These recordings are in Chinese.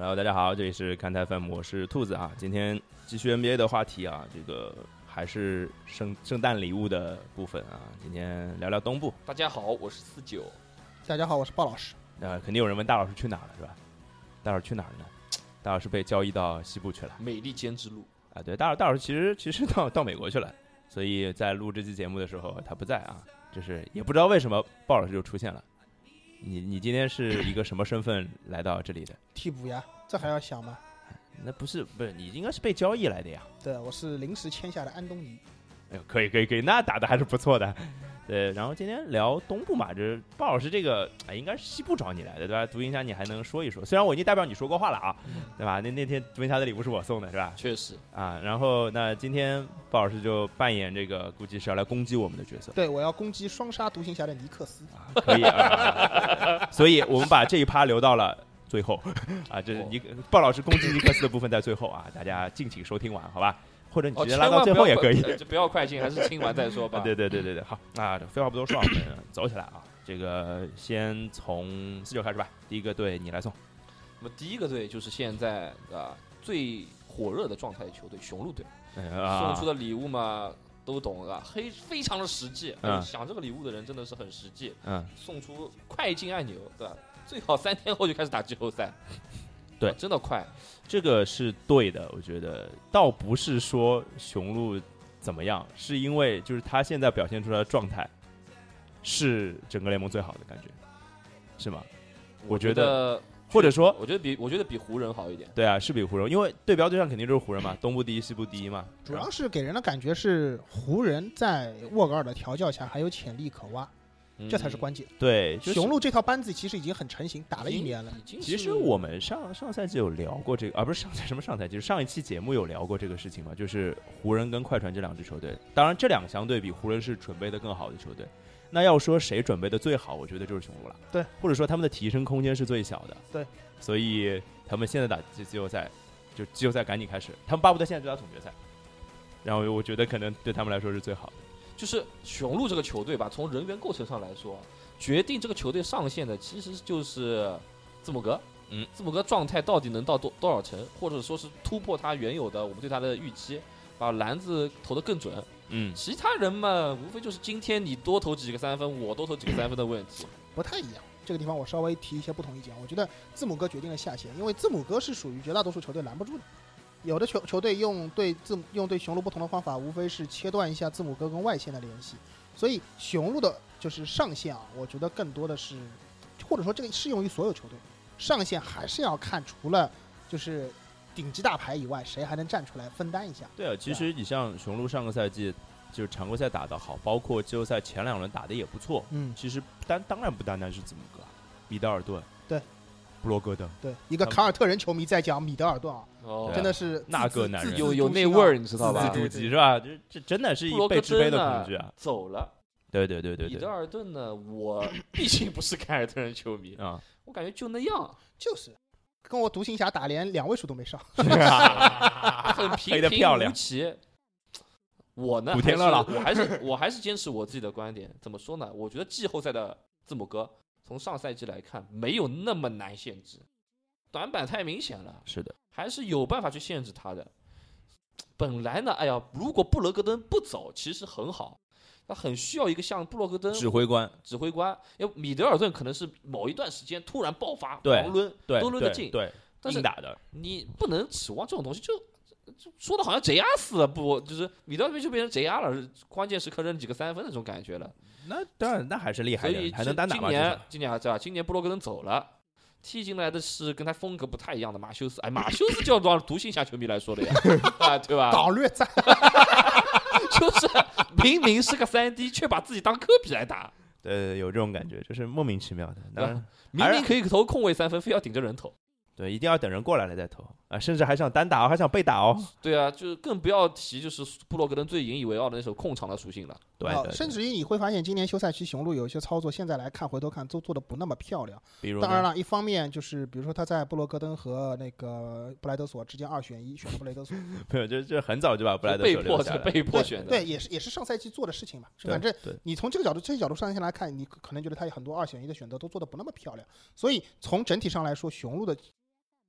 Hello， 大家好，这里是看台 FM， 我是兔子啊。今天继续 NBA 的话题啊，这个还是圣诞礼物的部分啊。今天聊聊东部。 大家好，我是49。 大家好，我是鲍老师。 肯定有人问大老师去哪儿了，是吧？大老师去哪儿呢？大老师被交易到西部去了， 美利坚之路啊。对，大老师其实到美国去了，所以在录这期节目的时候他不在啊，就是也不知道为什么鲍老师就出现了。你今天是一个什么身份来到这里的？ 替补呀，这还要想吗？ 那不是，你应该是被交易来的呀。 对，我是临时签下的安东尼。 哎呦，可以，那打的还是不错的。对，然后今天聊东部嘛，这鲍老师这个应该是西部找你来的，对吧？独行侠你还能说一说，虽然我已经代表你说过话了啊，对吧？那天独行侠的礼物是我送的，是吧？ 确实啊。然后那今天鲍老师就扮演这个估计是要来攻击我们的角色。 对，我要攻击双杀独行侠的尼克斯。 可以啊。所以我们把这一趴留到了最后啊，这是鲍老师攻击尼克斯的部分在最后啊，大家敬请收听完，好吧？或者你直接拉到最后也可以， 不要快进，还是听完再说吧。 对，好，那废话不多说，我们走起来啊！这个先从49开始吧，第一个队你来送。 那么第一个队就是现在最火热的状态球队雄鹿队，送出的礼物嘛都懂啊，非常的实际。想这个礼物的人真的是很实际。送出快进按钮，对吧？最好3天后就开始打季后赛。 对， 真的快， 这个是对的，我觉得倒不是说雄鹿怎么样，是因为就是他现在表现出来的状态是整个联盟最好的感觉，是吗？我觉得，或者说， 我觉得比湖人好一点。 对啊，是比湖人，因为对标对象肯定就是湖人嘛，东部第一，西部第一嘛。 主要是给人的感觉是湖人在沃格尔的调教下还有潜力可挖。这才是关键。 对， 雄鹿这套班子其实已经很成型，打了1年了。 其实我们上赛季有聊过这个，不是上赛季，上一期节目有聊过这个事情嘛，就是湖人跟快船这2支球队。当然，这2个相对比湖人是准备的更好的球队。那要说谁准备的最好，我觉得就是雄鹿了。 对， 或者说他们的提升空间是最小的。 对， 所以他们现在打季后赛，就季后赛赶紧开始，他们巴不得现在就打总决赛。然后我觉得可能对他们来说是最好的。 就是雄鹿这个球队吧，从人员构成上来说，决定这个球队上限的其实就是字母哥。字母哥状态到底能到多少成，或者说是突破他原有的我们对他的预期，把篮子投得更准。其他人嘛，无非就是今天你多投几个3分，我多投几个3分的问题， 不太一样。这个地方我稍微提一些不同意见。我觉得字母哥决定了下限，因为字母哥是属于绝大多数球队拦不住的。有的球队用对雄鹿不同的方法，无非是切断一下字母哥跟外线的联系，所以雄鹿的就是上限啊，我觉得更多的是，或者说这个适用于所有球队，上限还是要看除了就是顶级大牌以外，谁还能站出来分担一下。 对啊，其实你像雄鹿上个赛季就是常规赛打得好，包括季后赛前2轮打得也不错。其实当然不单单是字母哥，米德尔顿， 对。 布罗格登， 对，一个凯尔特人球迷在讲米德尔顿啊，真的是那个男人有那味儿，你知道吧？ 自主级是吧？这真的是一被支配的恐惧啊！ 走了， 对。 米德尔顿呢？我毕竟不是凯尔特人球迷啊，我感觉就那样， 就是跟我独行侠打连2位数都没上， 很平平无奇。我呢， 古天乐了， 我还是坚持我自己的观点。怎么说呢？我觉得季后赛的字母哥。从上赛季来看，没有那么难限制，短板太明显了。 是的， 还是有办法去限制他的。本来呢，如果布罗格登不走，其实很好，他很需要一个像布罗格登指挥官， 因为米德尔顿可能是某一段时间突然爆发， 狂抡，都抡得进， 对， 但是打的， 你不能指望这种东西就说的好像贼压死了，不，就是米德尔顿就变成贼压了，关键时刻扔几个3分那种感觉了。 那当然，那还是厉害的， 所以还能单打吗？ 今年还在吧？今年布罗格登走了，踢进来的是跟他风格不太一样的马修斯。马修斯就要当独行侠球迷来说的呀，对吧？ 搞略战， 就是明明是个3D，却把自己当科比来打。 有这种感觉，就是莫名其妙的。当然， 明明可以投空位3分，非要顶着人投。 对，一定要等人过来了再投啊，甚至还想单打还想被打哦。 对啊，就更不要提就是布洛格登最引以为傲的那首控场的属性了。 对， 甚至于你会发现今年休赛期雄鹿有一些操作，现在来看回头看都做的不那么漂亮。 比如， 当然了，一方面就是比如说他在布罗格登和那个布莱德索之间2选1，选了布莱德索。 没有，就很早就把布莱德索留下来， 被迫选的。 对，也是上赛季做的事情嘛。反正你从这个角度上来看，你可能觉得他有很多2选1的选择都做的不那么漂亮。所以从整体上来说，雄鹿的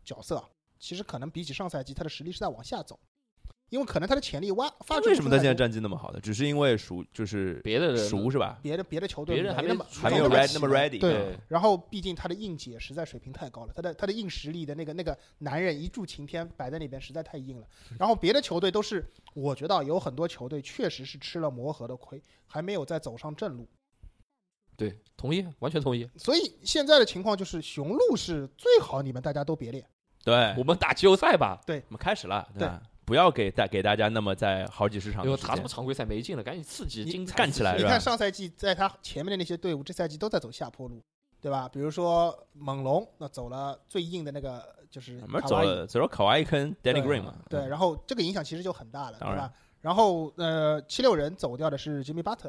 角色，其实可能比起上赛季他的实力是在往下走，因为可能他的潜力发掘。 为什么他现在战绩那么好的？只是因为就是别的人熟是吧？ 别的球队别人还没有那么 ready。 对，然后毕竟他的硬解实在水平太高了，他的硬实力的那个男人一柱擎天摆在那边实在太硬了。然后别的球队都是，我觉得有很多球队确实是吃了磨合的亏，还没有再走上正路。 对，同意，完全同意。 所以现在的情况就是雄鹿是最好，你们大家都别练。 对， 我们打季后赛吧。 对， 我们开始了，对吧？不要给大家那么在好几十场的时间。 打什么常规赛没劲了，赶紧刺激精彩干起来。 你看上赛季在他前面的那些队伍，这赛季都在走下坡路，对吧？比如说猛龙，那走了最硬的那个就是走了卡哇伊跟 Danny Green 嘛。 对，然后这个影响其实就很大了， 对吧？然后76人走掉的是 Jimmy Butler，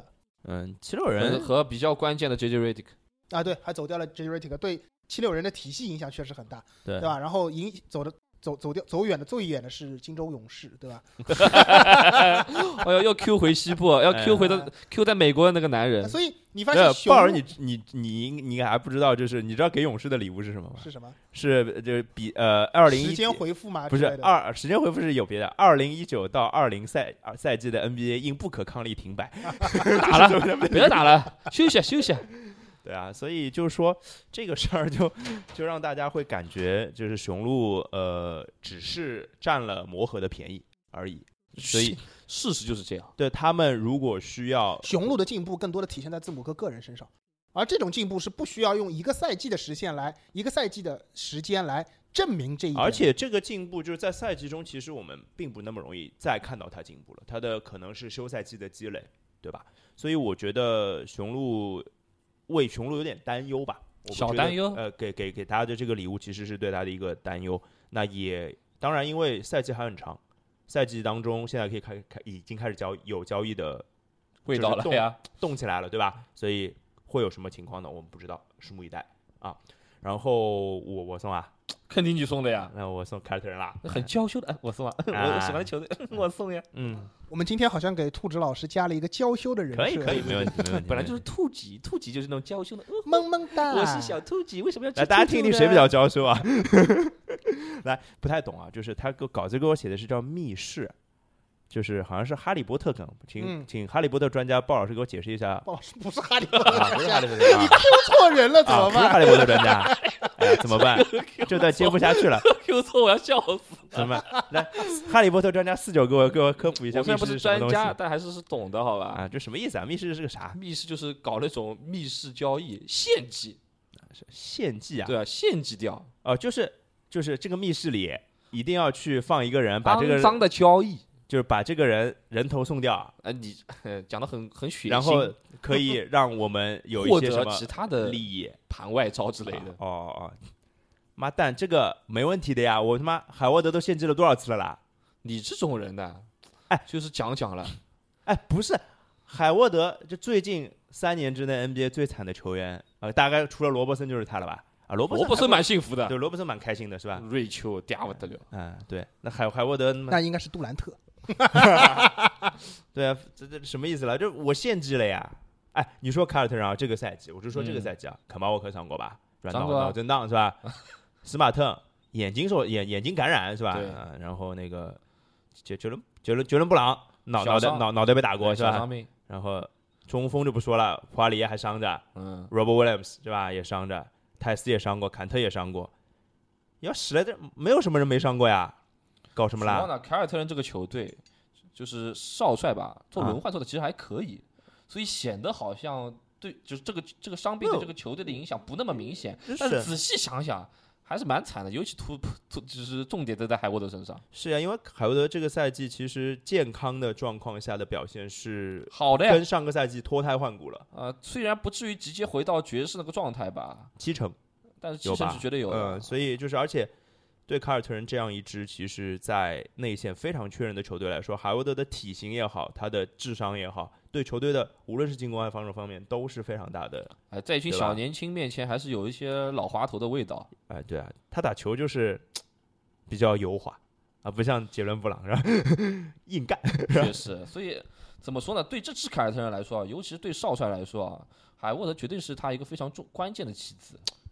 76人和比较关键的 JJ Redick 啊，对，还走掉了 JJ Redick， 对76人的体系影响确实很大， 对吧？然后走远的最远的是金州勇士，对吧？ 哎呦，要 Q 回西部，要 Q 在美国的那个男人。 所以你发现鲍尔，你还不知道，就是你知道给勇士的礼物是什么吗？ 是什么？ 是就是比2011 时间回复吗？ 不是时间回复是有别的。2019到20赛季的 NBA 因不可抗力停摆， 打了，别打了，休息。 对啊，所以就是说这个事儿就让大家会感觉就是雄鹿只是占了磨合的便宜而已，所以事实就是这样。 对，他们如果需要雄鹿的进步，更多的体现在字母哥个人身上，而这种进步是不需要用一个赛季的时间来证明这一点。 而且这个进步就是在赛季中，其实我们并不那么容易再看到他进步了，他的可能是休赛季的积累，对吧？所以我觉得为雄鹿有点担忧吧， 小担忧。 给他的这个礼物其实是对他的一个担忧。那也当然，因为赛季还很长，赛季当中现在可以已经开始有交易的味道了呀， 动起来了，对吧？所以会有什么情况呢？我们不知道，拭目以待啊。然后我送啊， 肯定你送的呀。 那我送凯尔特人啦， 很娇羞的，我送啊，我喜欢的球队，我送呀。 我们今天好像给兔子老师加了一个娇羞的人设， 可以，没问题。 本来就是兔几就是那种娇羞的， 萌萌哒。 我是小兔几，为什么要来？大家听听谁比较娇羞啊？来，不太懂啊，就是他稿子给我写的是叫密室。就是好像是哈利波特梗，请哈利波特专家鲍老师给我解释一下。 鲍老师不是哈利波特专家， 你 Q 错人了怎么办？ 不是哈利波特专家，怎么办？这段接不下去了。 Q 错我要笑死。 怎么办？来，哈利波特专家49给我科普一下。 我虽然不是专家，但还是懂的，好吧？ 啊，这什么意思啊？密室是个啥？ 密室就是搞那种密室交易，献祭。 献祭啊？ 对啊，献祭掉。 就是这个密室里一定要去放一个人，把这个肮脏的交易。 就是把这个人头送掉， 你讲的很血腥， 然后可以让我们有一些什么其他的利益、 盘外招之类的。 妈蛋，这个没问题的呀！我他妈海沃德都献祭了多少次了啦？ 你这种人呢，就是讲了， 不是海沃德，就最近3年之内 NBA 最惨的球员大概除了罗伯森就是他了吧？罗伯森蛮幸福的， 对，罗伯森蛮开心的是吧？ 瑞秋嗲不得了， 对，那海沃德那应该是杜兰特。 对啊，这什么意思了？就我献祭了呀！你说凯尔特人这个赛季，我就说这个赛季卡马沃克上过吧？脑震荡是吧？斯马特眼睛感染是吧？然后那个杰伦布朗脑袋被打过是吧？然后中锋就不说了，普瓦里耶还伤着，Robert Williams 是吧？也伤着，泰斯也伤过，坎特也伤过，要使来这没有什么人没伤过呀。搞什么啦？ 呢？凯尔特人这个球队就是少帅吧，做轮换做的其实还可以，所以显得好像对，就是这个伤病对这个球队的影响不那么明显。但是仔细想想，还是蛮惨的，尤其就是重点都在海沃德身上。 是啊，因为海沃德这个赛季其实健康的状况下的表现是好的呀， 跟上个赛季脱胎换骨了。 虽然不至于直接回到爵士那个状态吧 ，70%， 但是70%是绝对有的。 所以就是而且。对凯尔特人这样一支其实在内线非常缺人的球队来说，海沃德的体型也好，他的智商也好，对球队的无论是进攻还是防守方面都是非常大的。 在一群小年轻面前还是有一些老滑头的味道。 对啊，他打球就是比较油滑不像杰伦布朗是吧？硬干。 确实，所以怎么说呢？对这支凯尔特人来说尤其是对少帅来说海沃德绝对是他一个非常关键的棋子。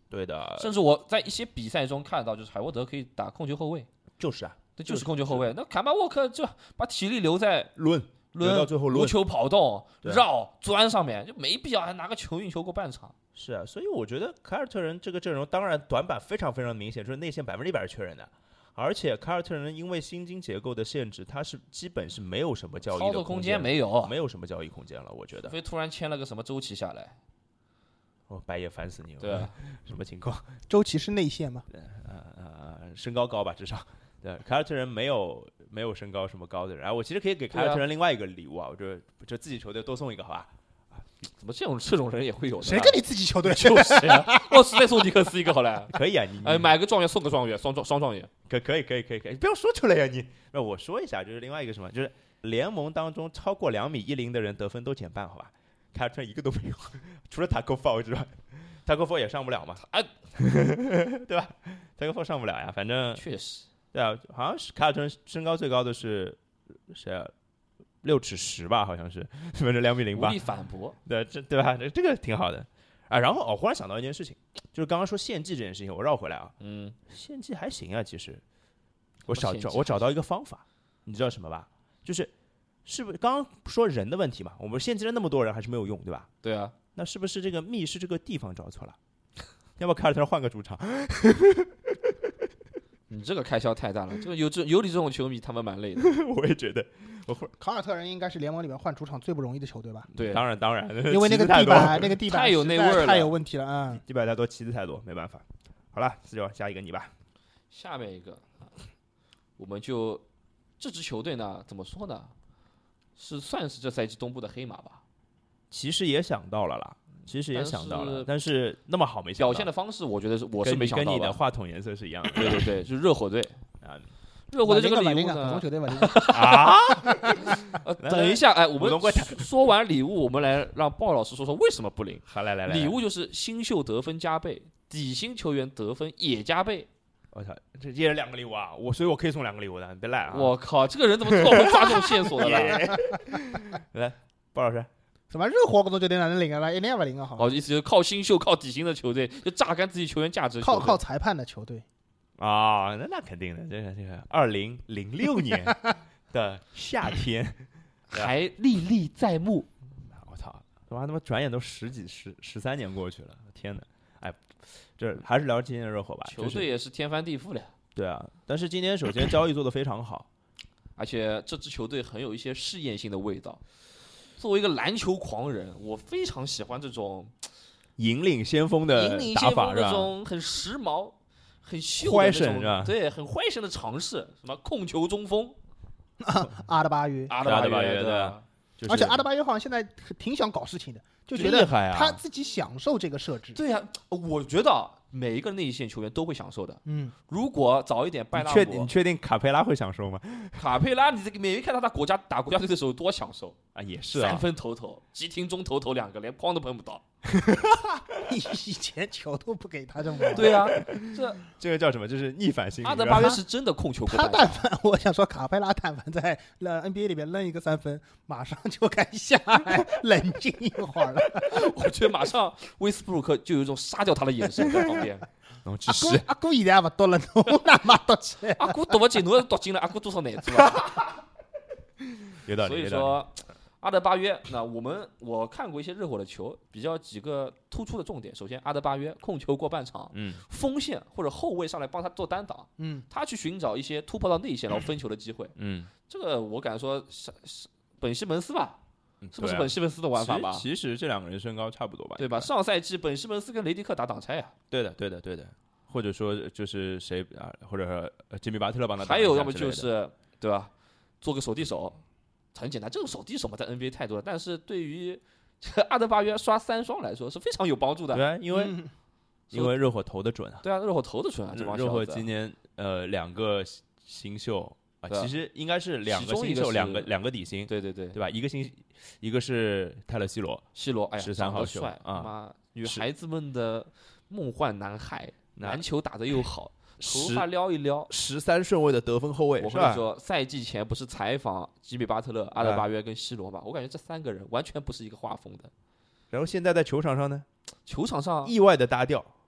对的， 甚至我在一些比赛中看到，就是海沃德可以打控球后卫， 就是啊， 这就是控球后卫。那坎巴沃克就把体力留在抡到最后抡无球跑动、 对绕、钻上面，就没必要还拿个球运球过半场。 是啊，所以我觉得凯尔特人这个阵容当然短板非常非常明显，就是内线100%是缺人的。而且凯尔特人因为薪金结构的限制，他是基本是没有什么交易的操作空间没没有什么交易空间了，我觉得除。非突然签了个什么周琦下来， 白夜烦死你了。 对啊， 什么情况？ 周琦是内线嘛？ 身高高吧，至少。对，凯尔特人没有身高什么高的人。我其实可以给凯尔特人另外一个礼物啊，我就自己球队多送一个，好吧？ 怎么这种人也会有的？ 谁跟你自己球队？ 就是呀，我实在送尼克斯一个好了。 可以啊，你买个状元送个状元，双状元。 可以，不要说出来呀你。那我说一下，就是另外一个什么，就是联盟当中超过2.10米的人得分都减半，好吧？凯尔特人一个都没有，除了塔科夫之外，塔科夫也上不了嘛，对吧？塔科夫上不了呀，反正确实。 对啊，好像是凯尔特人身高最高的是谁啊？6尺10吧，好像是，反正2.08米。 无力反驳。 对吧？这个挺好的啊。然后我忽然想到一件事情，就是刚刚说献祭这件事情，我绕回来啊。献祭还行啊，其实我找到一个方法，你知道什么吧？是不是刚刚说人的问题嘛？我们献祭了那么多人还是没有用，对吧？ 对啊。 那是不是这个密室这个地方找错了？要不要凯尔特人换个主场？ 你这个开销太大了，这个有你这种球迷，他们蛮累的。 我也觉得， 凯尔特人应该是联盟里面换主场最不容易的球队吧？ 对， 当然， 因为那个地板太有那味儿了， 太有问题了啊！ 地板太多，旗子太多，没办法。好了，49，下一个你吧。 下面一个，我们就这支球队呢，怎么说呢？算是这赛季东部的黑马吧。 其实也想到了啦。但是那么好没想到。 表现的方式，我觉得我是没想到跟你的话筒颜色是一样的。 对，就是热火队啊。热火队这个礼物呢？ 啊？ 等一下，我们说完礼物，我们来让鲍老师说说为什么不灵。 好，来， 礼物就是新秀得分加倍，底薪球员得分也加倍。 我操，这也是2个礼物啊！所以我可以送2个礼物的，你别赖啊！ 我靠，这个人怎么这么会抓这种线索的啦？ 来，鲍老师。 什么热火这种球队哪能领啊？一点也不领啊！ 好，意思就是靠新秀、靠底薪的球队，就榨干自己球员价值。 靠裁判的球队啊，那肯定的。这个2006年的夏天还历历在目。 我操，他妈转眼都13年过去了，天哪！哎，这还是聊今年的热火吧。 球队也是天翻地覆了。 对啊，但是今年首先交易做得非常好， 而且这支球队很有一些试验性的味道。作为一个篮球狂人，我非常喜欢这种引领先锋的打法， 那种很时髦、很秀的那种，对，很坏神的尝试，什么控球中锋， 阿德巴约， 对啊。 而且阿德巴约好像现在挺想搞事情的，就觉得他自己享受这个设置。 对呀，我觉得每一个内线球员都会享受的。如果早一点拜纳姆， 你确定卡佩拉会享受吗？ 卡佩拉，你这个每看到他打国家队的时候多享受啊！也是啊， 三分投，急停中投2个，连框都碰不到。 以前球都不给他这么。 对啊， 这个叫什么？就是逆反心理。 阿德巴约是真的控球过半场。 他但凡我想说，卡佩拉但凡在NBA 里面扔一个3分，马上就该下来冷静一会儿了。 我觉得马上威斯布鲁克就有一种杀掉他的眼神在旁边。 阿哥现在也不读了，侬哪嘛读起？ 阿哥读不进，侬读进了，阿哥多少难子啊？ 有道理。 所以说，阿德巴约，那我看过一些热火的球，比较几个突出的重点。首先，阿德巴约控球过半场，锋线或者后卫上来帮他做单挡，他去寻找一些突破到内线然后分球的机会，这个我敢说是本西蒙斯吧。是不是本西蒙斯的玩法吧？ 其实这2个人身高差不多吧， 对吧？上赛季本西蒙斯跟雷迪克打挡拆呀。 对的。或者说就是谁啊，或者吉米巴特勒帮他打。 还有要么就是对吧？做个手递手，很简单，这种手递手嘛，在 NBA 太多了。但是对于阿德巴约刷3双来说是非常有帮助的。 对，因为热火投的准啊。 对啊，热火投的准啊。 热火今年2个新秀。其实应该是2个新秀，两个底薪， 对吧？一个是泰勒·西罗， 哎呀 13号秀啊，女孩子们的梦幻男孩，篮球打得又好，头发撩一撩 ，13顺位的得分后卫。 我跟你说，赛季前不是采访吉米巴特勒、阿德巴约跟西罗嘛？我感觉这3个人完全不是一个画风的。 然后现在在球场上呢？ 球场上意外的搭调，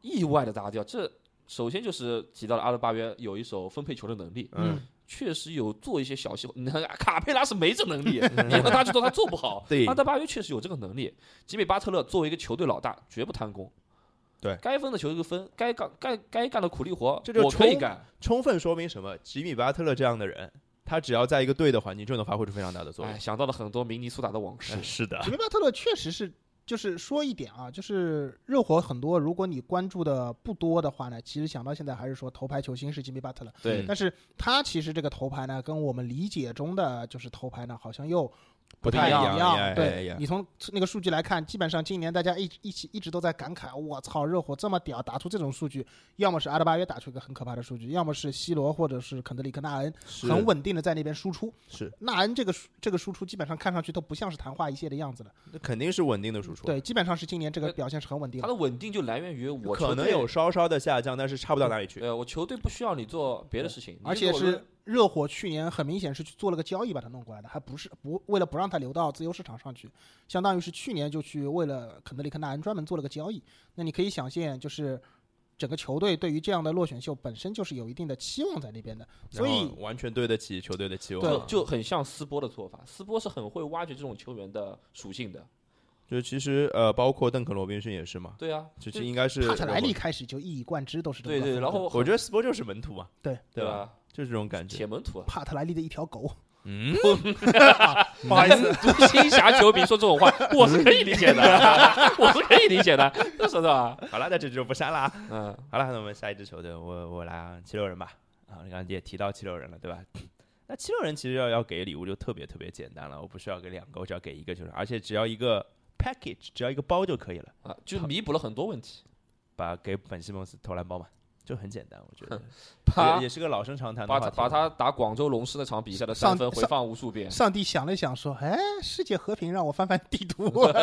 意外的打掉。这首先就是提到了阿德巴约有一手分配球的能力，确实有做一些小细。你看卡佩拉是没这能力，你让他去做他做不好。 对， 阿德巴约确实有这个能力。吉米巴特勒作为一个球队老大，绝不贪功。 对， 该分的球就分，该干的苦力活， 这就我可以干。 充分说明什么？吉米巴特勒这样的人，他只要在一个对的环境，就能发挥出非常大的作用。 想到了很多明尼苏达的往事。 是的， 吉米巴特勒确实是。就是说一点啊，就是热火很多，如果你关注的不多的话呢，其实想到现在还是说头牌球星是吉米巴特勒。 对， 但是他其实这个头牌呢，跟我们理解中的就是头牌呢，好像又不太一样。对，你从那个数据来看，基本上今年大家一直都在感慨，我操，热火这么屌，打出这种数据，要么是阿德巴约打出一个很可怕的数据，要么是西罗或者是肯德里克纳恩很稳定的在那边输出。 是纳恩这个输出基本上看上去都不像是昙花一现的样子了， 那肯定是稳定的输出。 对，基本上是今年这个表现是很稳定的。 他的稳定就来源于我可能有稍稍的下降，但是差不到哪里去。 我球队不需要你做别的事情， 而且是热火去年很明显是去做了个交易把他弄过来的，还不是为了不让他流到自由市场上去，相当于是去年就去为了肯德里克纳恩专门做了个交易。那你可以想见，就是整个球队对于这样的落选秀本身就是有一定的期望在那边的，所以完全对得起球队的期望。 对，就很像斯波的做法，斯波是很会挖掘这种球员的属性的。 就其实包括邓肯罗宾逊也是嘛。 对啊， 就应该是帕特莱利开始就一以贯之都是这么。 对，然后我觉得斯波就是门徒嘛。 对吧？就是这种感觉。 铁门徒。 帕特莱利的一条狗。 不好意思，独行侠球迷说这种话，我是可以理解的，我是可以理解的，这是吧？ 好了，那这就不删了。好了，那我们下一支球队，我来76人吧。你刚才也提到76人了，对吧？那76人其实要给礼物就特别特别简单了，我不需要给2个，我只要给1个就是，而且只要一个 package， 只要一个包就可以了就弥补了很多问题。 给本西蒙斯投篮包嘛。就很简单，我觉得也是个老生常谈的话题。 把他打广州龙狮那场比赛的3分回放无数遍。 上帝想了想说：“哎，世界和平，让我翻翻地图。”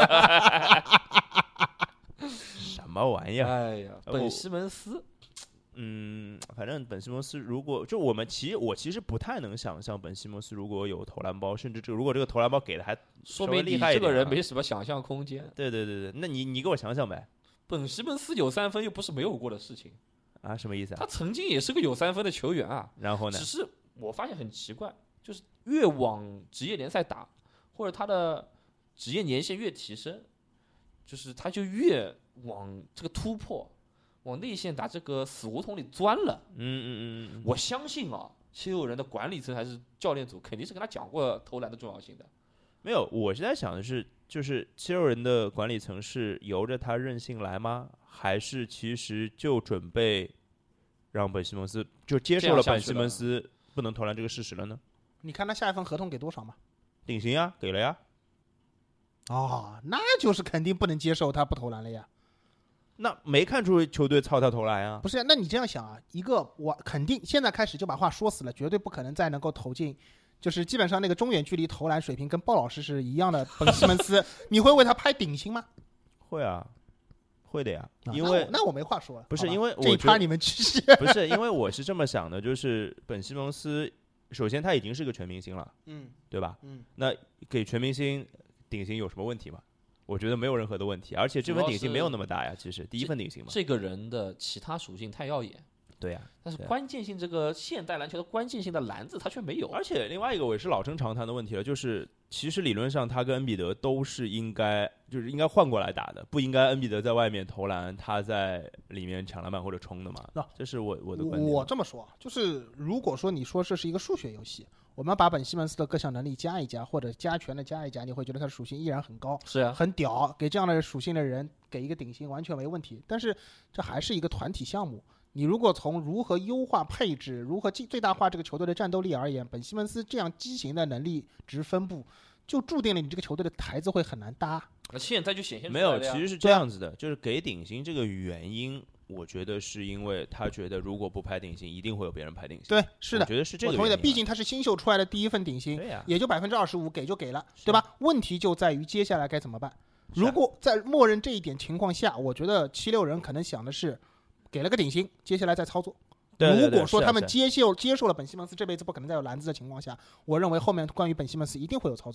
什么玩意儿？ 哎呀，本西蒙斯， 反正本西蒙斯如果就我其实不太能想象本西蒙斯如果有投篮包，甚至如果这个投篮包给的还说明你这个人没什么想象空间。 对，那你给我想想呗。 本西蒙斯有3分又不是没有过的事情。 什么意思啊？ 他曾经也是个有3分的球员啊， 然后呢？ 只是我发现很奇怪，就是越往职业联赛打，或者他的职业年限越提升，就是他就越往这个突破，往内线打这个死胡同里钻了。我相信啊，76人的管理层还是教练组肯定是跟他讲过投篮的重要性的。 没有，我现在想的是，就是76人的管理层是由着他任性来吗？还是其实就准备让本西蒙斯就接受了本西蒙斯不能投篮这个事实了呢？ 你看他下一份合同给多少吗？ 顶薪啊，给了呀。 那就是肯定不能接受他不投篮了呀。 那没看出球队操他投篮啊？ 不是，那你这样想啊，我肯定现在开始就把话说死了，绝对不可能再能够投进。就是基本上那个中远距离投篮水平跟鲍老师是一样的本西蒙斯，你会为他拍顶薪吗？ 会啊。会的呀，因为那我没话说了。 不是因为这一趴你们去写。 不是因为我是这么想的，就是本西蒙斯，首先他已经是个全明星了，对吧？那给全明星顶薪有什么问题吗？我觉得没有任何的问题，而且这份顶薪没有那么大呀，其实第一份顶薪嘛。 这个人的其他属性太耀眼。 对呀， 但是关键性这个现代篮球的关键性的篮子他却没有。 而且另外一个也是老生常谈的问题了，就是其实理论上他跟恩比德都是应该换过来打的，不应该恩比德在外面投篮，他在里面抢篮板或者冲的嘛。这是我的观点。 我这么说，就是如果说你说这是一个数学游戏，我们把本西蒙斯的各项能力加一加，或者加权的加一加，你会觉得他的属性依然很高， 是啊， 很屌，给这样的属性的人给一个顶薪完全没问题。但是这还是一个团体项目。你如果从如何优化配置、如何最大化这个球队的战斗力而言，本西蒙斯这样畸形的能力值分布，就注定了你这个球队的台子会很难搭。 现在就显现出来了。没有，其实是这样子的，就是给顶薪这个原因，我觉得是因为他觉得如果不拍顶薪，一定会有别人拍顶薪。 对，是的， 我觉得是这个。 我同意的，毕竟他是新秀出来的第一份顶薪，也就25%，给就给了，对吧？问题就在于接下来该怎么办。如果在默认这一点情况下，我觉得76人可能想的是，给了个顶薪，接下来再操作。如果说他们接受了本西蒙斯这辈子不可能再有篮子的情况下，我认为后面关于本西蒙斯一定会有操作。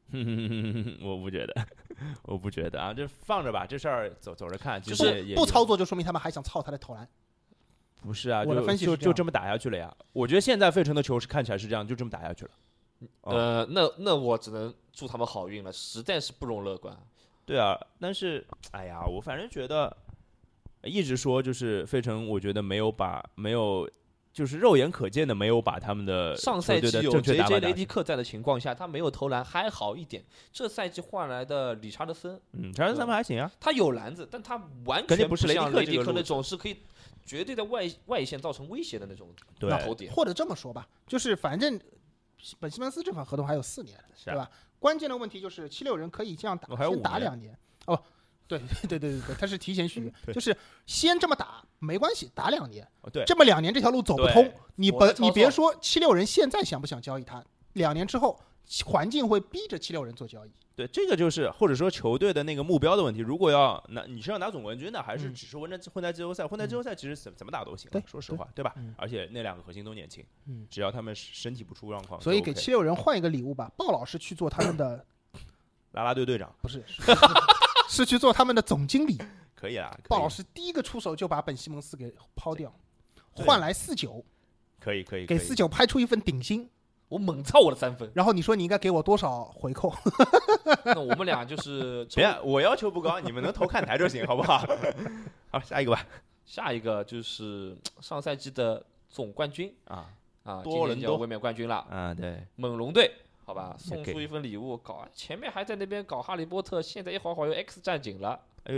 我不觉得，我不觉得啊，这放着吧，这事儿走着看， 就是不操作就说明他们还想操他的投篮。 不是啊， 我的分析是就这么打下去了呀。我觉得现在费城的球是看起来是这样，就这么打下去了。 那我只能祝他们好运了，实在是不容乐观。 对啊，但是哎呀，我反正觉得一直说就是费城，我觉得没有就是肉眼可见的没有把他们的上赛季有正确打法 JJ 雷迪克在的情况下，他没有投篮还好一点。这赛季换来的理查德森， 查德森还行啊， 他有篮子，但他完全不像雷迪克那种是可以绝对在外线造成威胁的那种投点。 或者这么说吧，就是反正本西蒙斯这份合同还有4年，对吧？关键的问题就是76人可以这样打，先打2年。哦，对，他是提前续约，就是先这么打没关系，打2年。 对， 这么2年这条路走不通，你别说76人现在想不想交易他，2年之后环境会逼着76人做交易。 对，这个就是或者说球队的那个目标的问题。如果你是要拿总冠军的，还是只是混在季后赛？混在季后赛其实怎么打都行，说实话，对吧？而且那2个核心都年轻，只要他们身体不出状况， 所以给76人换一个礼物吧，鲍老师去做他们的啦啦队队长， 不是，是去做他们的总经理。 可以啊， 鲍老师第一个出手就把本西蒙斯给抛掉，换来49， 可以， 给49拍出一份顶薪。 我猛操我的3分， 然后你说你应该给我多少回扣？ 那我们俩就是别，我要求不高，你们能投看台就行，好不好？好，下一个吧。 下一个就是上赛季的总冠军多伦多卫冕冠军了对， 猛龙队，好吧，送出一份礼物，前面还在那边搞哈利波特，现在一会儿有 X 战警了。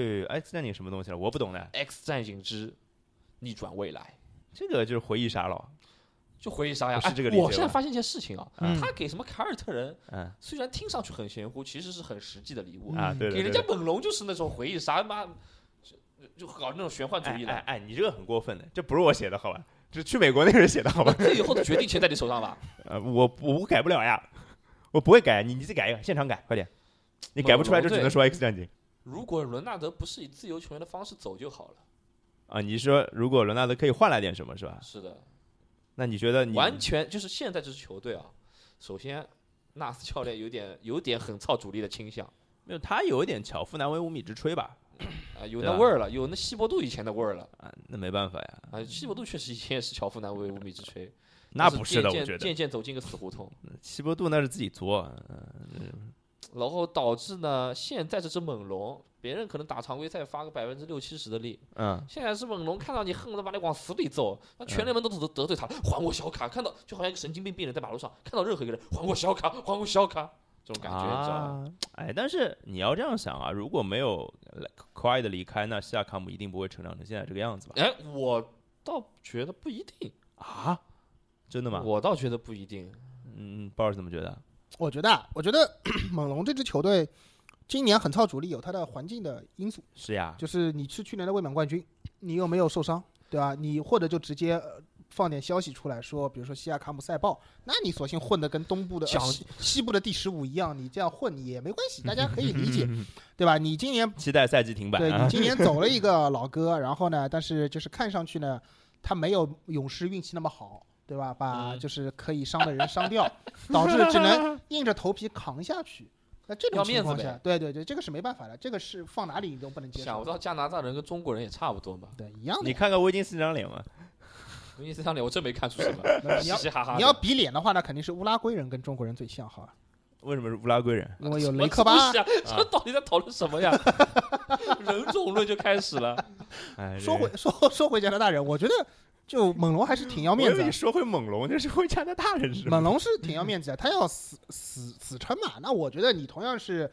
X 战警什么东西了？我不懂的。 X 战警之逆转未来， 这个就是回忆杀了。 就回忆杀呀！ 是这个理解。 我现在发现一件事情啊，他给什么凯尔特人，虽然听上去很玄乎，其实是很实际的礼物对。 给人家猛龙就是那种回忆杀，妈就搞那种玄幻主义的。 你这个很过分的，这不是我写的好吧？这是去美国那个人写的好吧？ 这以后的决定权在你手上吧？ 我改不了呀，我不会改，你自己改一个，现场改，快点！你改不出来就只能说 X 战警。 如果伦纳德不是以自由球员的方式走就好了。 你说如果伦纳德可以换来点什么，是吧？ 是的。 那你觉得完全就是现在这支球队啊？首先，纳斯教练有点很操主力的倾向。 没有，他有一点巧妇难为无米之炊吧？ 有那味儿了，有那希伯杜以前的味儿了那没办法呀。 希伯杜确实以前也是巧妇难为无米之炊。 那不是的，我觉得渐渐走进个死胡同。 希伯杜那是自己作。 然后导致呢，现在这支猛龙，别人可能打常规赛发个60%-70%的力，现在是猛龙看到你恨不得把你往死里揍，那全联盟都得罪他，还我小卡，看到就好像一个神经病人在马路上看到任何一个人，还我小卡，还我小卡，这种感觉，你知道吗？ 但是你要这样想啊，如果没有快的离开，那西亚卡姆一定不会成长成现在这个样子吧？ 我倒觉得不一定啊，真的吗？ 我倒觉得不一定。 鲍老师怎么觉得？ 我觉得猛龙这支球队今年很操主力，有它的环境的因素。 是呀， 就是你是去年的卫冕冠军，你又没有受伤，对吧？你或者就直接放点消息出来说，比如说西亚卡姆赛爆，那你索性混得跟东部的西部的第15一样，你这样混也没关系，大家可以理解，对吧？你今年期待赛季停摆， 对你今年走了一个老哥，然后呢，但是就是看上去呢，他没有勇士运气那么好。对吧？把就是可以伤的人伤掉，导致只能硬着头皮扛下去。那这种情况下，对，这个是没办法的，这个是放哪里你都不能接受。 想不到加拿大人跟中国人也差不多嘛， 对，一样的。 你看看威金斯这张脸嘛， 威金斯这张脸我真没看出什么，嘻嘻哈哈。 你要比脸的话，那肯定是乌拉圭人跟中国人最像，好吧？ 为什么是乌拉圭人？ 因为有雷克巴。 这到底在讨论什么呀？人种论就开始了。 说回加拿大人，我觉得。就猛龙还是挺要面子。 你说回猛龙，就是回加拿大人是吗？ 猛龙是挺要面子的，他要死撑嘛。那我觉得你同样是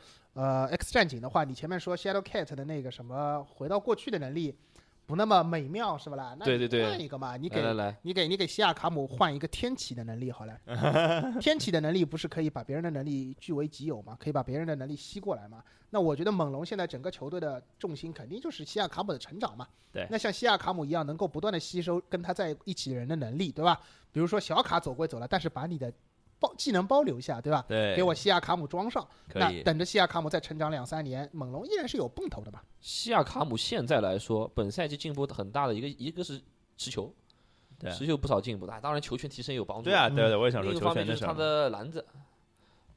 X 战警的话，你前面说 Shadow Cat 的那个什么回到过去的能力不那么美妙是吧啦？那你换一个嘛，你给西亚卡姆换一个天启的能力好了。天启的能力不是可以把别人的能力据为己有吗？可以把别人的能力吸过来吗？那我觉得猛龙现在整个球队的重心肯定就是西亚卡姆的成长嘛。 对， 那像西亚卡姆一样能够不断的吸收跟他在一起的人的能力，对吧？比如说小卡走归走了，但是把你的技能包留下，对吧？ 对， 给我西亚卡姆装上，那等着西亚卡姆再成长2-3年，猛龙依然是有奔头的嘛。 西亚卡姆现在来说，本赛季进步很大的一个是持球，持球不少进步的，当然球权提升有帮助。 对啊，对，我也想说另一方面就是他的篮子。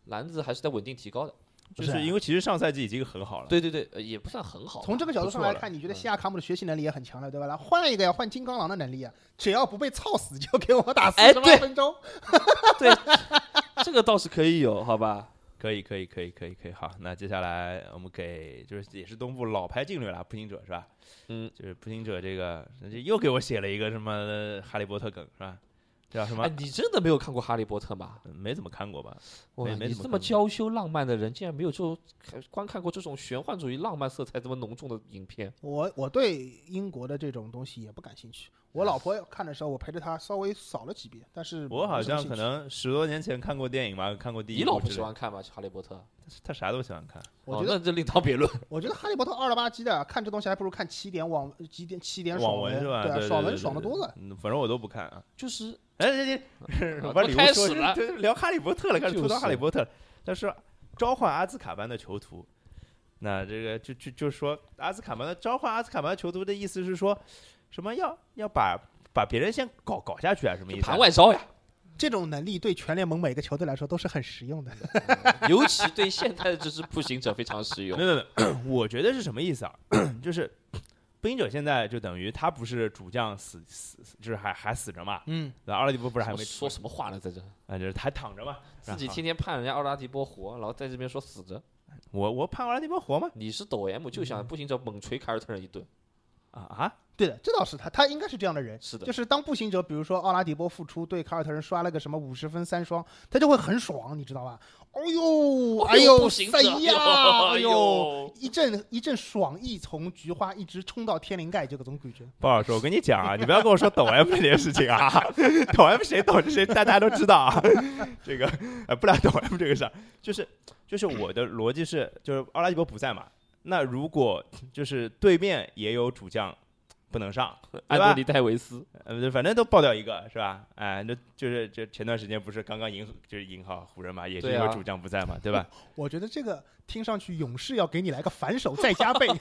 篮子还是在稳定提高的。 就是因为其实上赛季已经很好了。 对，也不算很好。 从这个角度上来看，你觉得西亚卡姆的学习能力也很强了，对吧？换一个呀，换金刚狼的能力啊，只要不被操死，就给我打48分钟。 对，这个倒是可以有，好吧？ 可以。好，那接下来我们给就是也是东部老牌劲旅了，步行者是吧？就是步行者这个又给我写了一个什么哈利波特梗是吧？叫什么？ 你真的没有看过《哈利波特》吗？ 没怎么看过吧？ 你这么娇羞浪漫的人，竟然没有观看过这种玄幻主义浪漫色彩这么浓重的影片？ 我对英国的这种东西也不感兴趣。我老婆看的时候，我陪着她稍微扫了几遍，但是我好像可能10多年前看过电影吧，看过第一部。 你老婆喜欢看吗？《哈利波特》？ 他啥都喜欢看。 我觉得那这另当别论。 我觉得《哈利波特》二了吧唧的，看这东西还不如看7点网文是吧？ 对，爽文爽得多了。 反正我都不看啊。 就是我把礼物开始了， 聊哈利波特了，开始吐槽哈利波特了。但是召唤阿兹卡班的囚徒，那这个就说召唤阿兹卡班的囚徒的意思是说什么要把别人先搞下去啊？什么意思？ 盘外招呀！ 这种能力对全联盟每个球队来说都是很实用的， 尤其对现在的这支步行者非常实用。 没，我觉得是什么意思啊？就是步行者现在就等于他不是主将死，就是还死着嘛。阿拉迪波不是还没说什么话呢？在这就是还躺着嘛， 自己天天盼人家奥拉迪波活，然后在这边说死着。 我盼奥拉迪波活吗？ 你是抖 M 就想步行者猛捶凯尔特人一顿啊？ 对的，这倒是他应该是这样的人。 是的， 就是当步行者，比如说奥拉迪波复出对凯尔特人刷了个什么50分3双，他就会很爽，你知道吧？哎呦，塞呀！哎呦，一阵爽意从菊花一直冲到天灵盖，这种感觉。 鲍老师，我跟你讲啊，你不要跟我说抖 M 这件事情啊，抖 M 谁抖着谁，大家都知道啊。这个不聊抖 M 这个事儿，就是我的逻辑是，就是奥拉迪波不在嘛，那如果就是对面也有主将。不能上， 安东尼戴维斯， 反正都爆掉一个，是吧？就是前段时间不是刚刚赢好湖人嘛，也是因为主将不在嘛，对吧？ 我觉得这个听上去勇士要给你来个反手再加倍，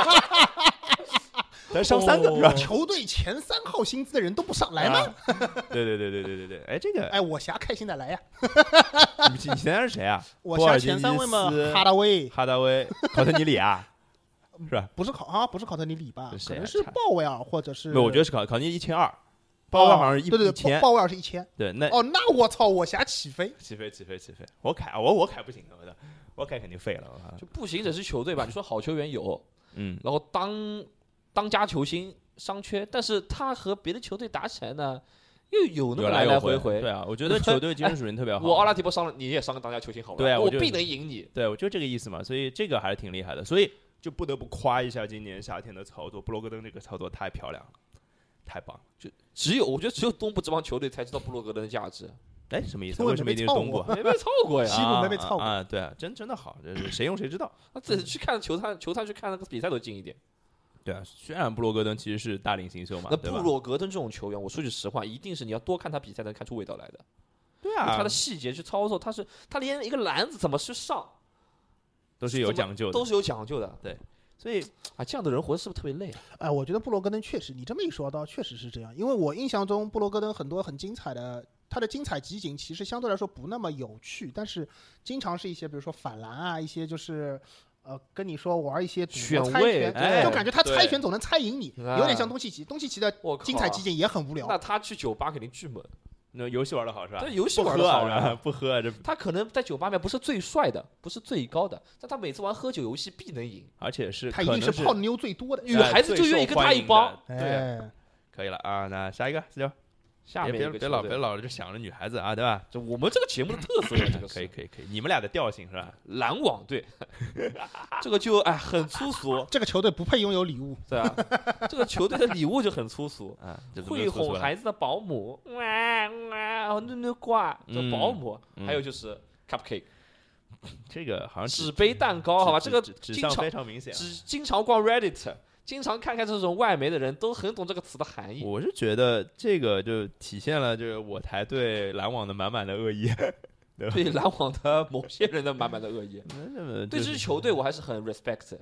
咱上3个是吧？ 球队前3号薪资的人都不上来吗？ 对，哎，这个， 我侠开心的来呀！ 你现在是谁啊？ 我侠前3位嘛，哈达威、 考特尼里啊。是吧？ 不是考特尼里吧？可能是鲍威尔或者是。 没有，我觉得是考特尼1200，鲍威尔好像是1000。 鲍威尔是1000。 对，那我操，我侠起飞！ 我凯不行的，我凯肯定废了。 就步行者是球队吧？你说好球员有，然后当家球星伤缺，但是他和别的球队打起来呢，又有那么来回。 对啊，我觉得球队精神属性特别好。 我奥拉迪波伤了，你也伤个当家球星好吧？ 对啊， 我必能赢你。 对，我就这个意思嘛，所以这个还是挺厉害的，所以。就不得不夸一下今年夏天的操作，布洛格登这个操作太漂亮了，太棒了。 我觉得只有东部这帮球队才知道布洛格登的价值。 哎，什么意思？为什么一定是东部？ 没被操过呀， 西部没被操过啊！对啊，真的好，谁用谁知道。 他自己去看球探去看那个比赛都近一点。 对啊，虽然布洛格登其实是大龄新秀嘛， 那布洛格登这种球员，我说句实话，一定是你要多看他比赛能看出味道来的。 对啊， 他的细节去操作，他连一个篮子怎么去上， 都是有讲究的， 对。 所以这样的人活是不是特别累啊？ 我觉得布罗格登确实，你这么一说到，确实是这样。因为我印象中布罗格登很多很精彩的，他的精彩集锦其实相对来说不那么有趣，但是经常是一些比如说反篮啊，一些就是跟你说玩一些选位， 就感觉他猜拳总能猜赢你，有点像东契奇。东契奇的精彩集锦也很无聊。 那他去酒吧肯定巨猛。 那游戏玩的好是吧？ 对，游戏玩的好， 不喝这。 他可能在酒吧里面不是最帅的，不是最高的，但他每次玩喝酒游戏必能赢， 而且是他一定是泡妞最多的， 女孩子就愿意跟他一帮。 对， 可以了啊，那下一个4-9， 下面别老就想着女孩子啊，对吧？ 就我们这个节目的特色，这个可以，你们俩的调性是吧？ 篮网队，这个就很粗俗， 这个球队不配拥有礼物， 对啊，这个球队的礼物就很粗俗啊， 会哄孩子的保姆，那挂这保姆，还有就是 cupcake， 这个好像纸杯蛋糕，好吧，这个指向非常明显， 经常逛 Reddit。经常看看这种外媒的人都很懂这个词的含义。 我是觉得这个就体现了就是我台对篮网的满满的恶意， 对篮网的某些人的满满的恶意。对这支球队我还是很 respect。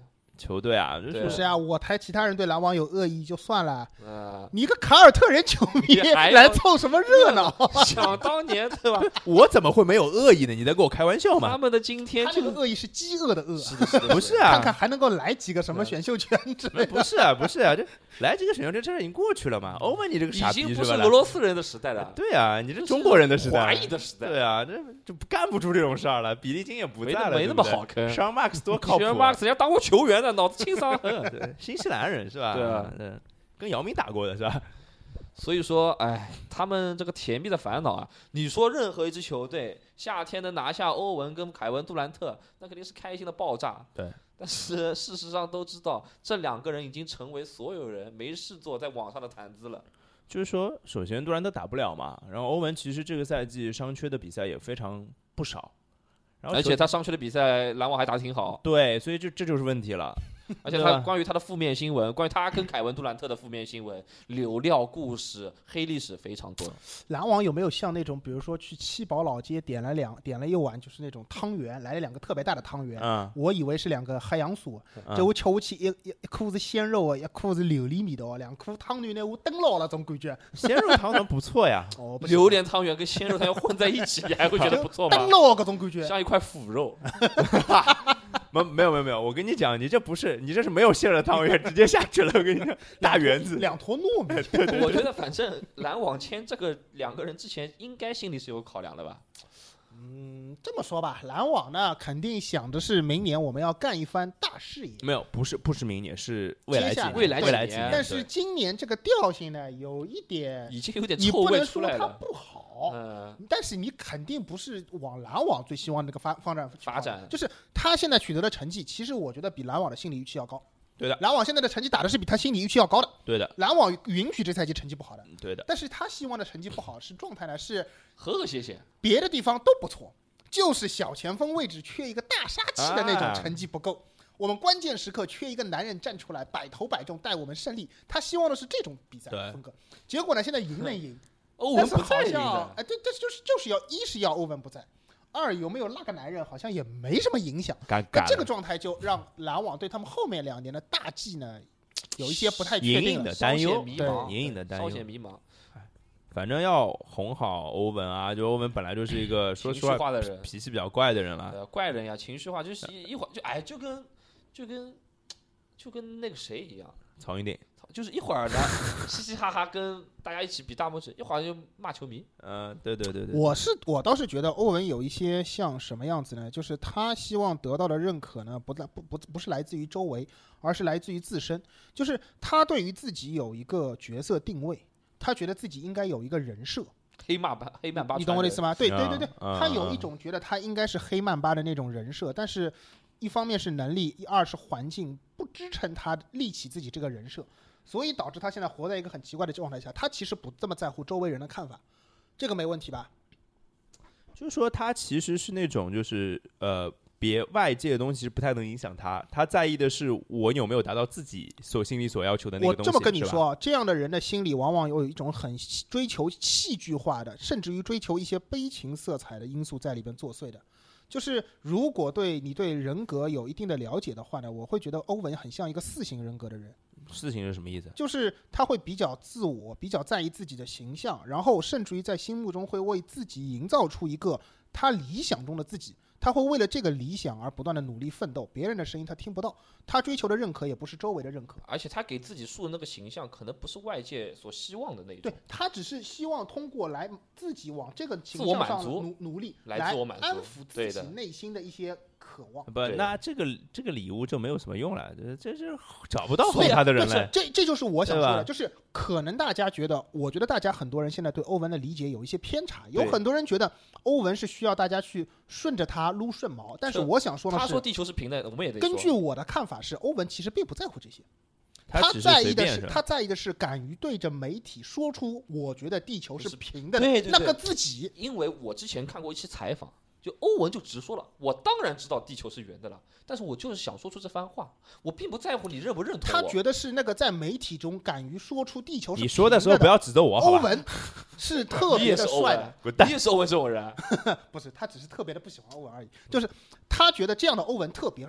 球队啊， 对不是啊，我猜其他人对篮网有恶意就算了， 啊， 你一个凯尔特人球迷你还要来凑什么热闹？ 想当年对吧？ 我怎么会没有恶意呢？你在跟我开玩笑吗？ 他们的今天就他这个恶意是饥饿的饿， 不是啊， 看看还能够来几个什么选秀权之类的。 不是啊，不是啊，这来这个选秀这事儿已经过去了嘛。欧文，你这个傻已经逼吧？ 不是俄罗斯人的时代了， 对啊，你这中国人的时代， 华裔的时代， 对啊，这干不出这种事儿了。比利金也不在了， 没那么好坑。 上马克斯多靠谱、啊， 马克斯人家当过球员的，脑子轻伤痕。 对，新西兰人是吧？ 对啊， 跟姚明打过的是吧？ 所以说，哎，他们这个甜蜜的烦恼啊，你说任何一支球队夏天能拿下欧文跟凯文杜兰特，那肯定是开心的爆炸。 对。 但是事实上都知道，这两个人已经成为所有人没事做在网上的谈资了。 就是说，首先杜兰特打不了嘛，然后欧文其实这个赛季伤缺的比赛也非常不少，然后而且他伤缺的比赛，篮网还打得挺好。 对，所以这就是问题了。 而且他关于他的负面新闻，关于他跟凯文杜兰特的负面新闻、流料故事、黑历史非常多。 篮网有没有像那种，比如说去七宝老街点了一碗就是那种汤圆，来了2个特别大的汤圆，我以为是2个黑洋酥，结果吃下去一裤子鲜肉，一裤子榴莲味道，2颗汤圆呢我等老了，种感觉。 鲜肉汤圆不错呀， 榴莲汤圆跟鲜肉汤圆混在一起，你还会觉得不错吗？ 等老各种感觉， 像一块腐肉。 没有，我跟你讲，你这是没有馅的汤圆，直接下去了。我跟你讲，大圆子 2坨糯米。 对， 我觉得反正篮网签这个2个人之前，应该心里是有考量的吧。 这么说吧，篮网呢肯定想的是明年我们要干一番大事业。 没有，不是明年，是未来几年。 但是今年这个调性呢，有一点已经有点臭味出来了。 你不能说它不好，但是你肯定不是往篮网最希望那个发展，就是他现在取得的成绩，其实我觉得比篮网的心理预期要高。 对的， 篮网现在的成绩打的是比他心理预期要高的。 对的， 篮网允许这赛季成绩不好的。 对的， 但是他希望的成绩不好是状态呢是和谐些， 别的地方都不错，就是小前锋位置缺一个大杀器的那种成绩不够。我们关键时刻缺一个男人站出来，百投百中带我们胜利。他希望的是这种比赛风格。结果呢，现在赢能赢， 欧文不在赢的。哎，对，但就是要一是要欧文不在。2有没有那个男人好像也没什么影响，但这个状态就让篮网对他们后面2年的大计呢有一些不太确定的担忧， 隐隐的担忧， 稍显迷茫。 反正要哄好欧文啊，就欧文本来就是一个说实话的人， 脾气比较怪的人了， 怪人呀，情绪化，就是一会儿就跟那个谁一样， 曹云定。 就是一会儿呢，嘻嘻哈哈跟大家一起比大拇指，一会儿就骂球迷。 对。 我倒是觉得欧文有一些像什么样子呢？就是他希望得到的认可呢，不是来自于周围，而是来自于自身。就是他对于自己有一个角色定位，他觉得自己应该有一一个人设。 黑曼巴， 你懂我的意思吗？对，他有一种觉得他应该是黑曼巴的那种人设，但是一方面是能力，2是环境不支撑他立起自己这个人设。所以导致他现在活在一个很奇怪的状态下，他其实不这么在乎周围人的看法，这个没问题吧？ 就是说他其实是那种就是别外界的东西是不太能影响他，他在意的是我有没有达到自己心里所要求的那个东西。 我这么跟你说，这样的人的心理往往有一种很追求戏剧化的，甚至于追求一些悲情色彩的因素在里边作祟的。就是如果你对人格有一定的了解的话呢，我会觉得欧文很像一个4型人格的人。 4型是什么意思？ 就是他会比较自我，比较在意自己的形象，然后甚至于在心目中会为自己营造出一个他理想中的自己，他会为了这个理想而不断的努力奋斗，别人的声音他听不到，他追求的认可也不是周围的认可， 而且他给自己树的那个形象可能不是外界所希望的那种。 对，他只是希望通过来自己往这个形象上努力，来安抚自己内心的一些渴望。 不，那这个礼物就没有什么用了，这是找不到哄他的人了。 这就是我想说的，就是可能大家觉得，我觉得大家很多人现在对欧文的理解有一些偏差，有很多人觉得欧文是需要大家去顺着他撸顺毛，但是我想说的是， 他说地球是平的，我们也得说。 根据我的看法是，欧文其实并不在乎这些。他在意的是敢于对着媒体说出我觉得地球是平的那个自己。 因为我之前看过一期采访，就欧文就直说了，我当然知道地球是圆的了，但是我就是想说出这番话，我并不在乎你认不认同我。 他觉得是那个在媒体中敢于说出地球是平的。 你说的时候不要指责我， 欧文是特别的帅的， 你也是欧文这种人。 不是，他只是特别的不喜欢欧文而已。就是他觉得这样的欧文特别帅，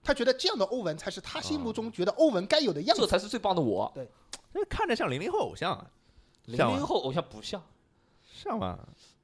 他觉得这样的欧文才是他心目中觉得欧文该有的样子， 这才是最棒的我。 对， 这看着像00后偶像啊 00后偶像不像， 像吗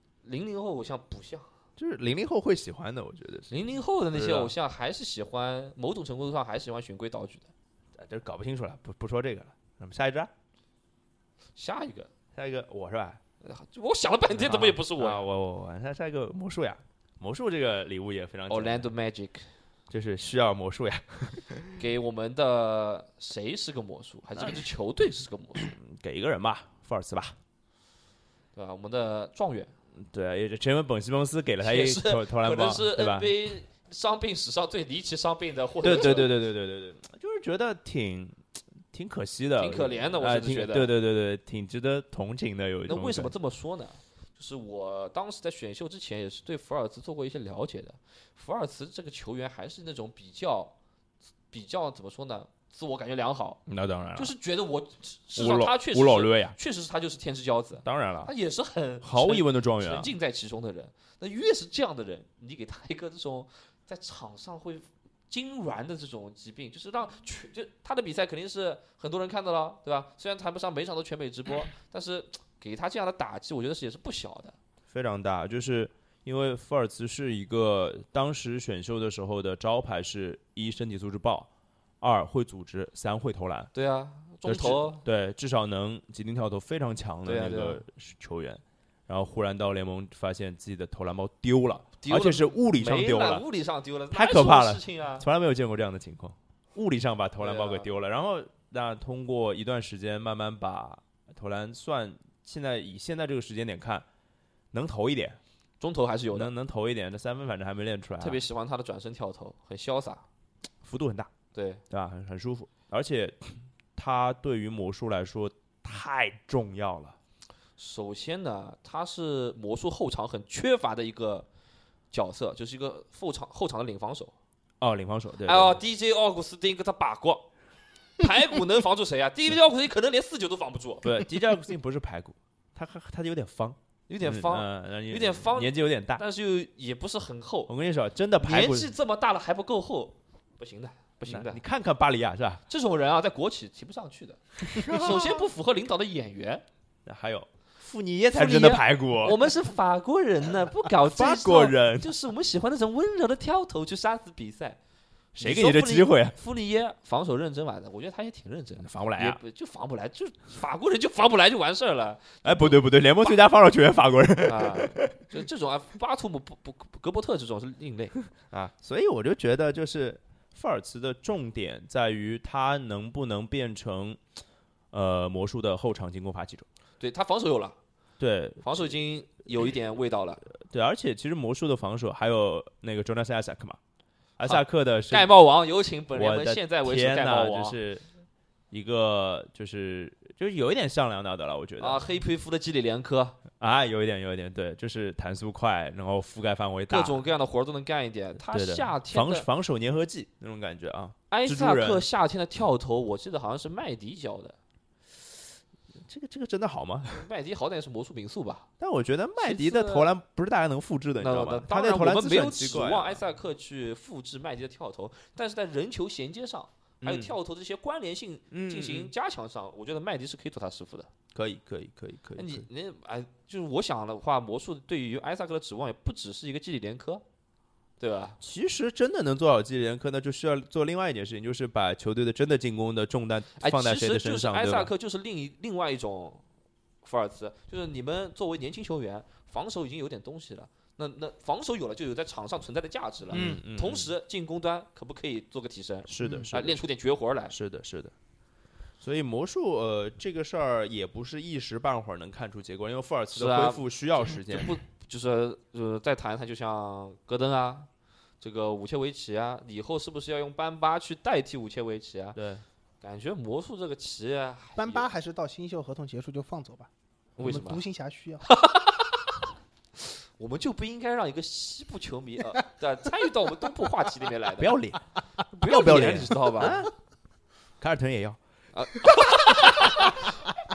00后偶像不像， 就是00后会喜欢的，我觉得是 00后的那些偶像还是喜欢，某种程度上还是喜欢循规蹈矩的。 这搞不清楚了，不说这个了。那么下一支， 下一个我是吧？ 我想了半天，怎么也不是我呀？ 我下一个魔术呀，魔术这个礼物也非常简单 Orlando Magic 就是需要魔术呀， 给我们的谁是个魔术，还是这支球队是个魔术， 给一个人吧，福尔茨吧， 对吧？我们的状元， 对，也前文本西蒙斯给了他一也是投篮棒， 可能是对吧？ NBA 伤病史上最离奇伤病的获得者， 对，就是觉得挺可惜的， 挺可怜的，我甚至觉得， 对，挺值得同情的。有一种那为什么这么说呢？就是我当时在选秀之前也是对福尔茨做过一些了解的。福尔茨这个球员还是那种比较怎么说呢？自我感觉良好。 那当然了， 就是觉得我事实上他确实吴老略呀， 确实是他就是天之骄子。 当然了， 他也是很毫无疑问的状元， 沉浸在其中的人。那越是这样的人，你给他一个这种在场上会痉挛的这种疾病，就是就他的比赛肯定是很多人看到了，对吧？虽然谈不上每场都全美直播，但是给他这样的打击，我觉得也是不小的， 非常大。就是因为福尔茨是一个当时选秀的时候的招牌是1身体素质爆，2会组织，3会投篮。 对啊，中投对，至少能急停跳投非常强的那个球员。然后忽然到联盟，发现自己的投篮包丢了，而且是物理上丢了， 物理上丢了， 太可怕了， 事情啊， 从来没有见过这样的情况，物理上把投篮包给丢了。然后那通过一段时间慢慢把投篮以现在这个时间点看，能投一点， 中投还是有的， 能投一点，这3分反正还没练出来。 特别喜欢他的转身跳投，很潇洒， 幅度很大， 对吧？很舒服，而且他对于魔术来说太重要了。 首先呢，他是魔术后场很缺乏的一个角色，就是一个后场的领防守。 哦，领防守，对。 DJ 奥古斯丁跟他把过，排骨能防住谁啊？DJ 奥古斯丁可能连4-9都防不住。 对，DJ 奥古斯丁不是排骨，他有点方， 有点方，有点方， 年纪有点大， 但是也不是很厚。 我跟你说，真的排骨年纪这么大了还不够厚，不行的。 你看看巴里亚是吧？ 这种人啊，在国企提不上去的。首先不符合领导的眼缘， 还有。傅尼耶才真的排骨， 我们是法国人呢，不搞这法国人， 就是我们喜欢那种温柔的跳投去杀死比赛。 谁给你这机会啊？ 傅尼耶防守认真完的，我觉得他也挺认真的， 防不来啊， 就防不来，就法国人就防不来就完事儿了。 哎，不对，联盟最佳防守球员法国人啊，就这种啊，巴图姆格伯特这种是另类啊，所以我就觉得就是福尔茨的重点在于他能不能变成魔术的后场进攻发起者。 对他防守有了， 对， 防守已经有一点味道了。 对，而且其实魔术的防守还有那个 Jonas Isaac 嘛，艾萨克的是盖帽王，有请本联盟现在为止盖帽王， 就是一个就是有一点像梁纳德了，我觉得啊，黑皮肤的基里连科啊，有一点，对，就是弹速快，然后覆盖范围大， 各种各样的活都能干一点。他夏天防守粘合剂那种感觉啊。 埃萨克夏天的跳投，我记得好像是麦迪教的。 这个真的好吗？ 麦迪好歹也是魔术名宿吧， 但我觉得麦迪的投篮不是大家能复制的，你知道吗？他那投篮我们没有指望埃萨克去复制麦迪的跳投，但是在人球衔接上，还有跳投这些关联性进行加强上，我觉得麦迪是可以做他师傅的。 可以。 你就是我想的话，魔术对于埃萨克的指望也不只是一个基里连科。对吧？ 其实真的能做好基里连科，那就需要做另外一件事情，就是把球队的真的进攻的重担放在谁的身上。 埃萨克就是另外一种福尔茨，就是你们作为年轻球员，防守已经有点东西了，那防守有了，就有在场上存在的价值了。同时进攻端可不可以做个提升？ 是的， 练出点绝活来。 是的。所以魔术这个事儿也不是一时半会儿能看出结果，因为福尔茨的恢复需要时间。 就是再谈一谈，就像戈登啊，这个武切维奇啊，以后是不是要用班巴去代替武切维奇啊？ 对， 感觉魔术这个棋啊， 班巴还是到新秀合同结束就放走吧。 为什么？ 独行侠需要。 我们就不应该让一个西部球迷参与到我们东部话题里面来的。 不要脸， 不要脸，你知道吧？ 凯尔特人也要。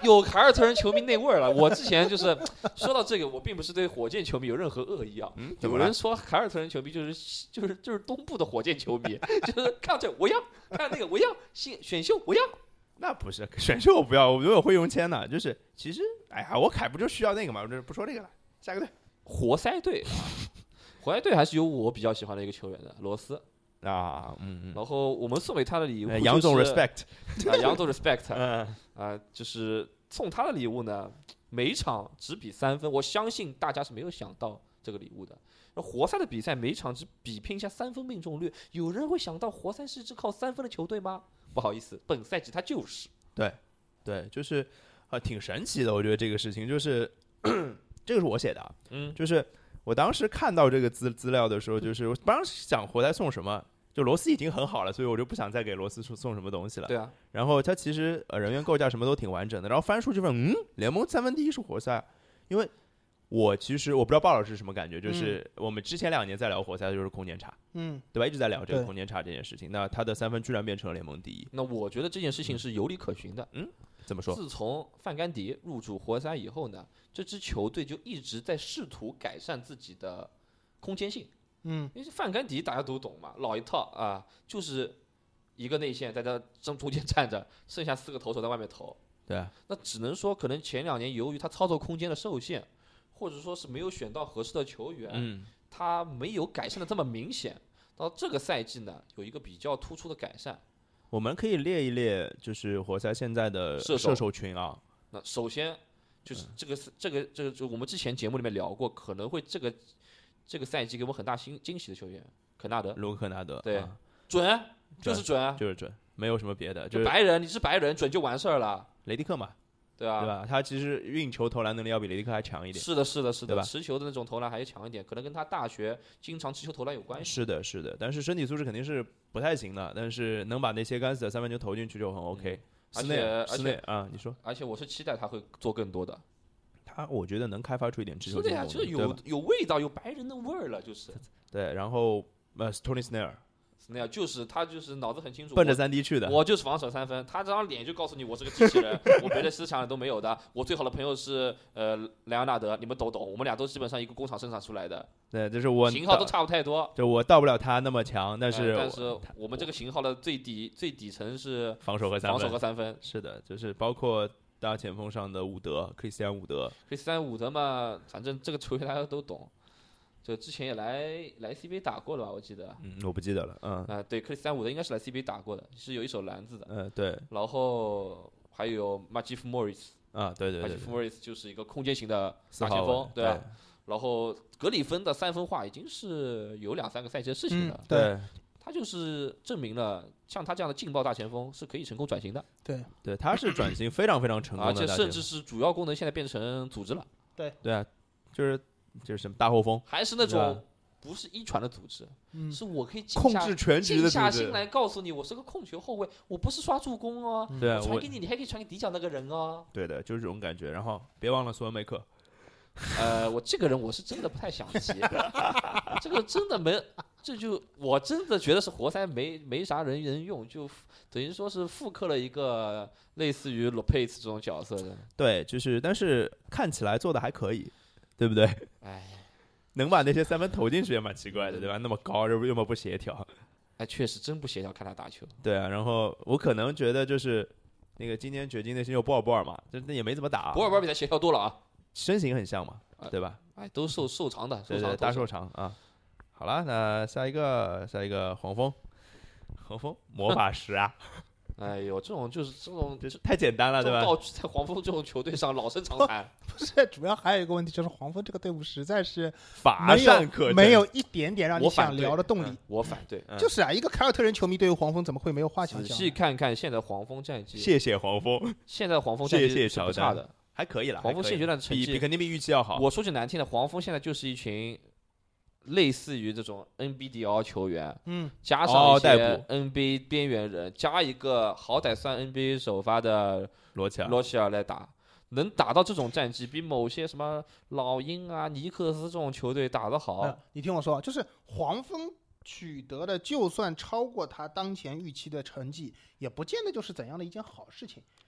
有凯尔特人球迷那味儿了。我之前就是说到这个，我并不是对火箭球迷有任何恶意啊。有人说凯尔特人球迷就是东部的火箭球迷，就是看这我要，看那个我要，选秀我要。 那不是选秀我不要，我会用签的。就是其实，哎呀，我凯不就需要那个嘛？我这不说这个了，下个队。 活塞队，活塞队还是有我比较喜欢的一个球员的罗斯啊， 然后我们送给他的礼物， 杨总 respect， 杨总 respect，就是送他的礼物呢，每一场只比3分，我相信大家是没有想到这个礼物的。活塞的比赛每一场只比拼一下3分命中率，有人会想到活塞是一支靠3分的球队吗？不好意思，本赛季他就是。 对，就是挺神奇的，我觉得这个事情就是这个是我写的啊，就是我当时看到这个资料的时候，就是我当时想活塞送什么，就罗斯已经很好了，所以我就不想再给罗斯送什么东西了。 对啊， 然后他其实人员构架什么都挺完整的，然后翻数据分，联盟3分第一是活塞，因为我其实我不知道鲍老师是什么感觉，就是我们之前2年在聊活塞的就是空间差，对吧？一直在聊这个空间差这件事情，那他的3分居然变成了联盟第一， 那我觉得这件事情是有理可循的， 怎么说？ 自从范甘迪入主活塞以后呢，这支球队就一直在试图改善自己的空间性。因为范甘迪大家都懂嘛，老一套啊，就是一个内线在这中间站着，剩下4个投手在外面投。 对啊， 那只能说可能前2年由于他操作空间的受限，或者说是没有选到合适的球员，他没有改善的这么明显。到这个赛季呢，有一个比较突出的改善。 我们可以列一列，就是活塞现在的射手群啊。 那首先就是这个就我们之前节目里面聊过，可能会这个赛季给我们很大惊喜的球员，卢克纳德， 对，准，就是准， 没有什么别的， 就白人，你是白人，准就完事儿了。 雷迪克嘛， 对吧？ 他其实运球投篮能力要比雷迪克还强一点。 是的， 对吧？ 持球的那种投篮还强一点，可能跟他大学经常持球投篮有关系。 是的，但是身体素质肯定是不太行的，但是能把那些该死的3分球投进去就很 OK。 而且啊，你说？ 而且我是期待他会做更多的。 我觉得能开发出一点持球进攻。 是的呀，就是有味道，有白人的味儿了，就是。 对，然后Tony Snell 就是他就是脑子很清楚， 奔着3D 去的。 我就是防守3分，他这张脸就告诉你我是个机器人，我别的思想都没有的。我最好的朋友是莱昂纳德，你们都懂，我们俩都基本上一个工厂生产出来的。 对，就是我型号都差不太多。 就我到不了他那么强，但是我们这个型号的最底层是防守和3 分。 是的，就是包括大前锋上的克里斯蒂安伍德嘛，反正这个球员大家都懂。就之前也来 CBA 打过了吧，我记得。 我不记得了。 对，克里斯蒂安伍德应该是来 CBA 打过的，是有一手篮子的。 对。 然后还有马基夫莫里斯。 对。 马基夫莫里斯就是一个空间型的大前锋，对吧？然后格里芬的3分化已经是有2-3个赛季的事情了。 对。 他就是证明了，像他这样的劲爆大前锋是可以成功转型的。 对， 他是转型非常非常成功的， 而且甚至是主要功能现在变成组织了。 对啊，就是什么大后锋， 还是那种不是一传的组织，是我可以控制全局的组织， 静下心来告诉你，我是个控球后卫，我不是刷助攻哦。 对， 我传给你，你还可以传给底角那个人哦。 对的，就是这种感觉。然后别忘了索恩梅克。 我这个人我是真的不太想提，这个真的没，我真的觉得是活塞没啥人用，就等于说是复刻了一个类似于 Lopez 这种角色的。 对，但是看起来做的还可以，对不对？能把那些3分投进去也蛮奇怪的，对吧？那么高，又不协调。 确实真不协调，看他打球。 对啊，然后我可能觉得就是那个今年掘金那些有波尔嘛，那也没怎么打。 波尔比他协调多了啊。 身形很像嘛，对吧？ 都瘦长的， 大瘦长啊。好了，那下一个黄蜂魔法师啊。 哎呦，这种太简单了，对吧？ 道具在黄蜂这种球队上老生常谈。 不是，主要还有一个问题就是黄蜂这个队伍实在是乏善可陈， 没有一点点让你想聊的动力。 我反对， 就是啊，一个凯尔特人球迷对于黄蜂怎么会没有话想讲？ 仔细看看现在黄蜂战绩。 谢谢黄蜂。 现在黄蜂战绩是不差的。 还可以了， 黄蜂现阶段的成绩肯定比预期要好。 我说句难听的，黄蜂现在就是一群类似于这种 NBDL 球员，加上一些 NBA 边缘人，加一个好歹算 NBA 首发的罗齐尔来打，能打到这种战绩，比某些什么老鹰啊、尼克斯这种球队打得好。 你听我说，就是黄蜂取得的，就算超过他当前预期的成绩，也不见得就是怎样的一件好事情。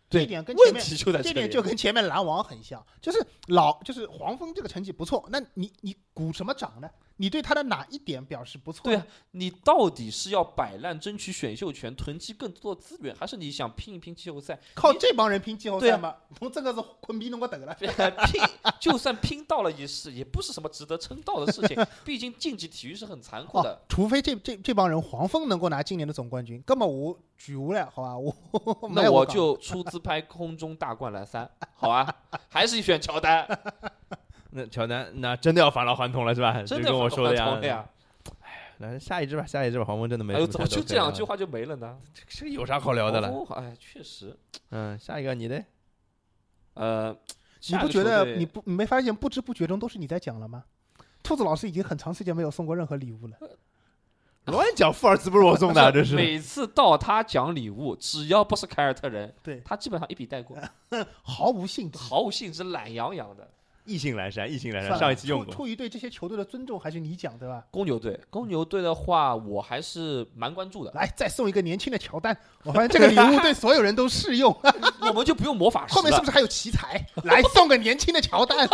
这一点跟问前面题就在这点里就跟前面篮网很像，就是黄蜂这个成绩不错，那你鼓什么掌呢？你对他的哪一点表示不错？ 对啊，你到底是要摆烂争取选秀权，囤积更多的资源，还是你想拼一拼季后赛？ 靠这帮人拼季后赛吗？从这个是坤逼弄个等了。 拼，就算拼到了也不是什么值得称道的事情。毕竟竞技体育是很残酷的。 除非这帮人黄蜂能够拿今年的总冠军，根本我举无了，好吧？ 那我就出资拍空中大灌篮3，好啊，还是选乔丹。 那乔丹那真的要返老还童了是吧？ 真的就跟我说的呀。 来下一支吧，黄蜂真的没什么太多可以聊的。 就这两句话就没了呢？ 这有啥好聊的了？ 哎，确实。 下一个你的。 你不觉得你没发现不知不觉中都是你在讲了吗？兔子老师已经很长时间没有送过任何礼物了。 乱讲，富尔茨不是我送的，这是。 每次到他讲礼物，只要不是凯尔特人， 对他基本上一笔带过， 毫无兴致， 懒洋洋的。 意兴阑珊，上一期用过。 出于对这些球队的尊重，还是你讲对吧？ 公牛队的话，我还是蛮关注的。 来，再送一个年轻的乔丹，我发现这个礼物对所有人都适用。 我们就不用魔法师了。 后面是不是还有奇才？来送个年轻的乔丹。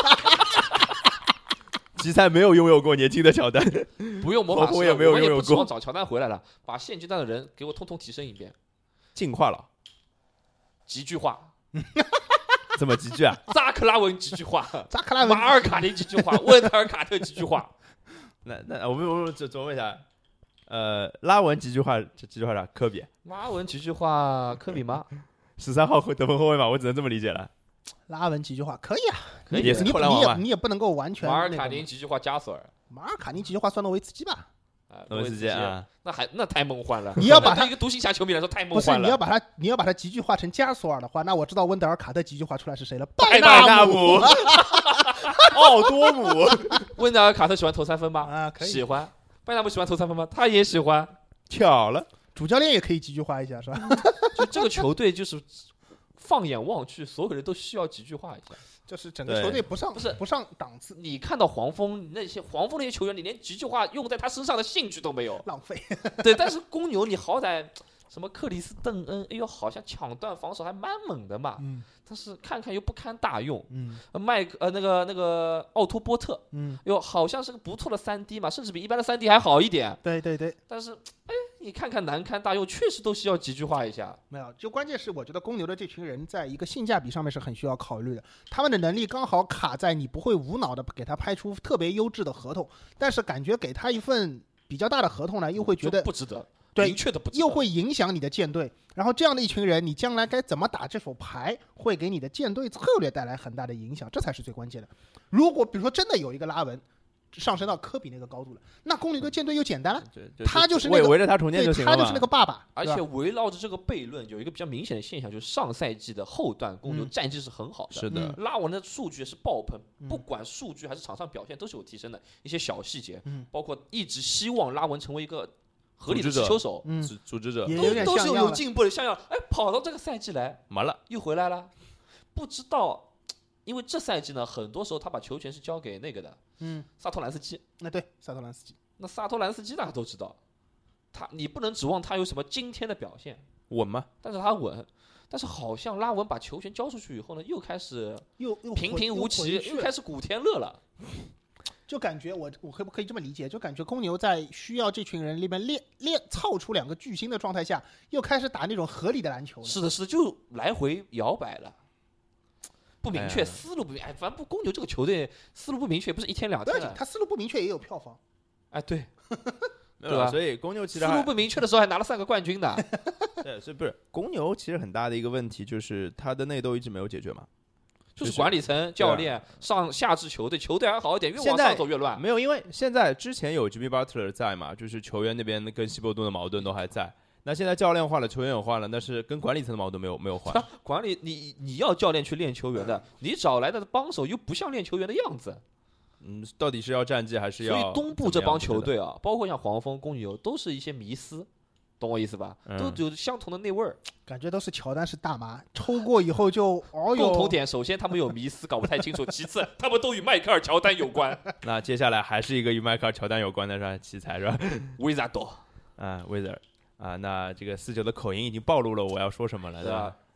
奇才没有拥有过年轻的乔丹， 不用魔法师， 我也没有拥有过。 我也不指望找乔丹回来了，把现阶段的人给我通通提升一遍， 进化了， 极具化。 怎么几句啊？ 扎克拉文几句话， 马尔卡林几句话，温特尔卡特几句话。 那我们琢磨一下，拉文几句话，这几句话啥？科比。 拉文几句话，科比吗 ？13号得分后卫嘛，我只能这么理解了。 拉文几句话可以啊， 可以。 也是扣篮王嘛。 你也不能够完全。 马尔卡宁几句话，加索尔。 马尔卡宁几句话算诺维茨基吧？ 诺维茨基啊，那太梦幻了。 你要把他一个独行侠球迷来说太梦幻了。 不是，你要把他几句话成加索尔的话，那我知道温德尔卡特几句话出来是谁了？ 拜纳姆、奥多姆。 温德尔卡特喜欢投3分吗？ 啊，可以。 喜欢。拜纳姆喜欢投3分吗？他也喜欢。 巧了， 主教练也可以几句话一下，是吧？ 就这个球队就是放眼望去，所有人都需要几句话一下。 就是整个球队不上档次。 你看到黄蜂那些球员，你连几句话用在他身上的兴趣都没有， 浪费。 对，但是公牛你好歹什么克里斯邓恩，哎呦，好像抢断防守还蛮猛的嘛。但是看看又不堪大用。那个奥托波特，哟，好像是个不错的3D 嘛，甚至比一般的3D 还好一点。 对对对。 但是，你看看难堪大用，确实都需要几句话一下。 没有，就关键是我觉得公牛的这群人在一个性价比上面是很需要考虑的。他们的能力刚好卡在你不会无脑的给他拍出特别优质的合同，但是感觉给他一份比较大的合同呢，又会觉得不值得。 对， 明确的不值得， 又会影响你的舰队。然后这样的一群人，你将来该怎么打这手牌，会给你的舰队策略带来很大的影响，这才是最关键的。如果比如说真的有一个拉文上升到科比那个高度了，那公牛的舰队又简单了，他就是那个围着他重建就行了， 他就是那个爸爸。 而且围绕着这个悖论，有一个比较明显的现象，就是上赛季的后段公牛战绩是很好的， 是的， 拉文的数据是爆棚，不管数据还是场上表现都是有提升的，一些小细节，包括一直希望拉文成为一个合理的持球手， 组织者都是有进步的，像样。跑到这个赛季来， 完了又回来了，不知道，因为这赛季呢，很多时候他把球权是交给那个的，萨托兰斯基。 对，萨托兰斯基。 那萨托兰斯基大家都知道，你不能指望他有什么今天的表现， 稳吗？ 但是他稳。但是好像拉文把球权交出去以后呢，又开始平平无奇，又开始古天乐了。 就感觉我可不可以这么理解？就感觉公牛在需要这群人里面凑出2个巨星的状态下，又开始打那种合理的篮球了。 是的，就来回摇摆了，不明确，思路不明。反正公牛这个球队思路不明确，不是一天两天的。 他思路不明确也有票房。 对， 对吧？所以公牛其实思路不明确的时候还拿了3个冠军的。 对，所以不是公牛其实很大的一个问题就是他的内斗一直没有解决嘛。 就是管理层、教练、上下至球队还好一点，越往上走越乱。 没有，因为现在之前有 Jimmy Butler 在嘛，就是球员那边跟希伯顿的矛盾都还在。那现在教练换了，球员也换了，但是跟管理层的矛盾没有换。 管理你要教练去练球员的，你找来的帮手又不像练球员的样子。 到底是要战绩还是要？ 所以东部这帮球队啊，包括像黄蜂、公牛，都是一些迷思。懂我意思吧？都有相同的那味儿， 感觉都是乔丹是大麻，抽过以后就共同点，首先他们有迷思，搞不太清楚；其次，他们都与迈克尔·乔丹有关。 那接下来还是一个与迈克尔·乔丹有关的是吧？奇才是吧？ 维扎多啊，维泽尔啊，那这个49的口音已经暴露了我要说什么了，对吧？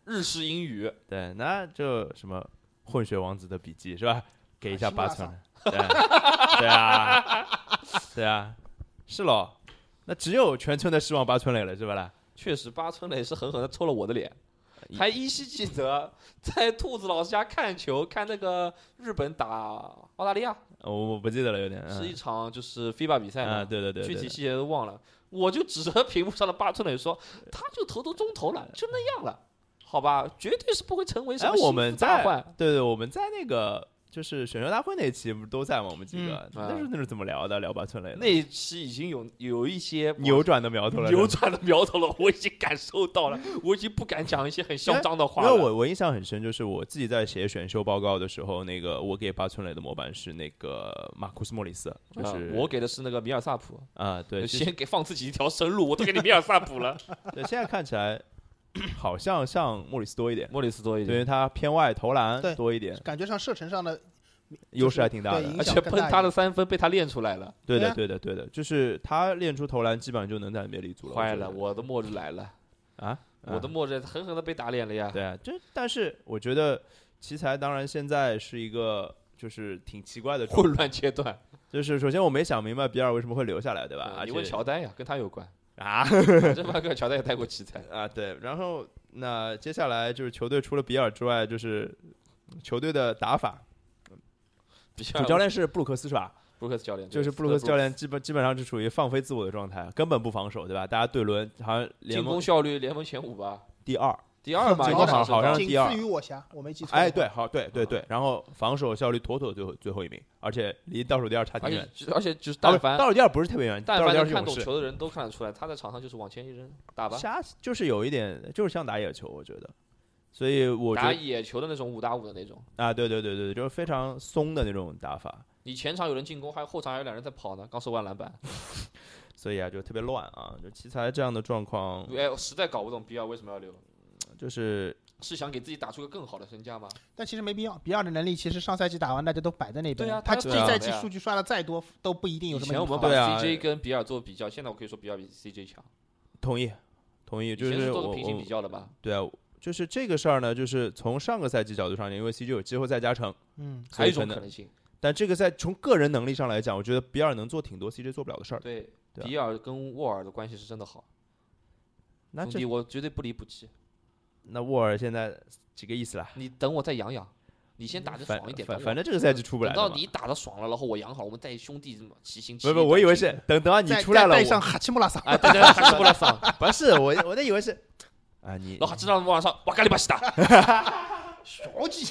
日式英语， 对，那就什么混血王子的笔记是吧？给一下八村垒，对啊，对啊，是喽。那只有全村的失望八村垒了，是吧啦？ 确实，八村垒是狠狠的抽了我的脸。还依稀记得在兔子老师家看球，看那个日本打澳大利亚， 我不记得了，有点是一场就是 FIBA 比赛嘛， 对， 具体细节都忘了。我就指着屏幕上的八村垒说，他就投中投了，就那样了，好吧，绝对是不会成为什么我们大患。 对，我们在那个就是选秀大会那期不是都在吗？我们几个那是怎么聊的？聊八村垒那一期已经有一些扭转的苗头了， 我已经感受到了，我已经不敢讲一些很嚣张的话了。 因为我印象很深，就是我自己在写选秀报告的时候，那个我给八村垒的模板是那个马库斯莫里斯，就是我给的是那个米尔萨普啊，对， 先给放自己一条生路，我都给你米尔萨普了。 对，现在看起来好像莫里斯多一点， 因为他偏外投篮多一点， 感觉上射程上的优势还挺大的， 而且喷他的三分被他练出来了。 对的，就是他练出投篮，基本上就能在 NBA 立足了。 坏了，我的末日来了啊！我的末日狠狠的被打脸了呀！ 对啊，但是我觉得奇才当然现在是一个就是挺奇怪的混乱阶段。 就是首先我没想明白比尔为什么会留下来，对吧？ 你问乔丹呀，跟他有关啊。 这帮个乔丹也带过奇才啊，对。然后那接下来就是球队除了比尔之外，就是球队的打法。主教练是布鲁克斯是吧？ 布鲁克斯教练就是布鲁克斯教练，基本上是处于放飞自我的状态，根本不防守，对吧？大家对轮好像进攻效率联盟前5吧， 第二吧， 进攻好像是第二， 仅次于我辖，我没记错。 哎，对，好，对。然后防守效率妥妥最后一名，而且离倒数第二差挺远， 而且就是倒数第二不是特别远， 但凡看懂球的人都看得出来，他在场上就是往前一扔打吧， 就是有一点就是像打野球，我觉得。所以我打野球的那种5打5的那种啊，对，就是非常松的那种打法。 你前场有人进攻，还有后场还有2人在跑呢，刚收完篮板， 所以啊，就特别乱啊。就奇才这样的状况， 我实在搞不懂比尔为什么要留， 是想给自己打出个更好的身价吗？ 但其实没必要，比尔的能力其实上赛季打完大家都摆在那边。 对啊， 他这赛季数据刷的再多都不一定有什么。 以前我们把 CJ 跟比尔做比较，现在我可以说比尔比 CJ 强。 同意，就是做个平行比较的吧？ 对啊。就是这个事儿呢，就是从上个赛季角度上讲，因为 CJ 有机会再加成， 还有一种可能性。 但这个赛从个人能力上来讲，我觉得比尔能做挺多 CJ 做不了的事儿。 对，比尔跟沃尔的关系是真的好。 那兄弟，我绝对不离不弃。 那沃尔现在几个意思啦？ 你等我再养养，你先打得爽一点。 反正这个赛季出不来。 等到你打得爽了，然后我养好，我们再兄弟齐心。 不，我以为是等到你出来了， 带上哈奇穆拉桑。 啊，对，哈奇穆拉桑。 不是我在以为是。啊，你老哈知道网上瓦嘎里巴西达， 小鸡，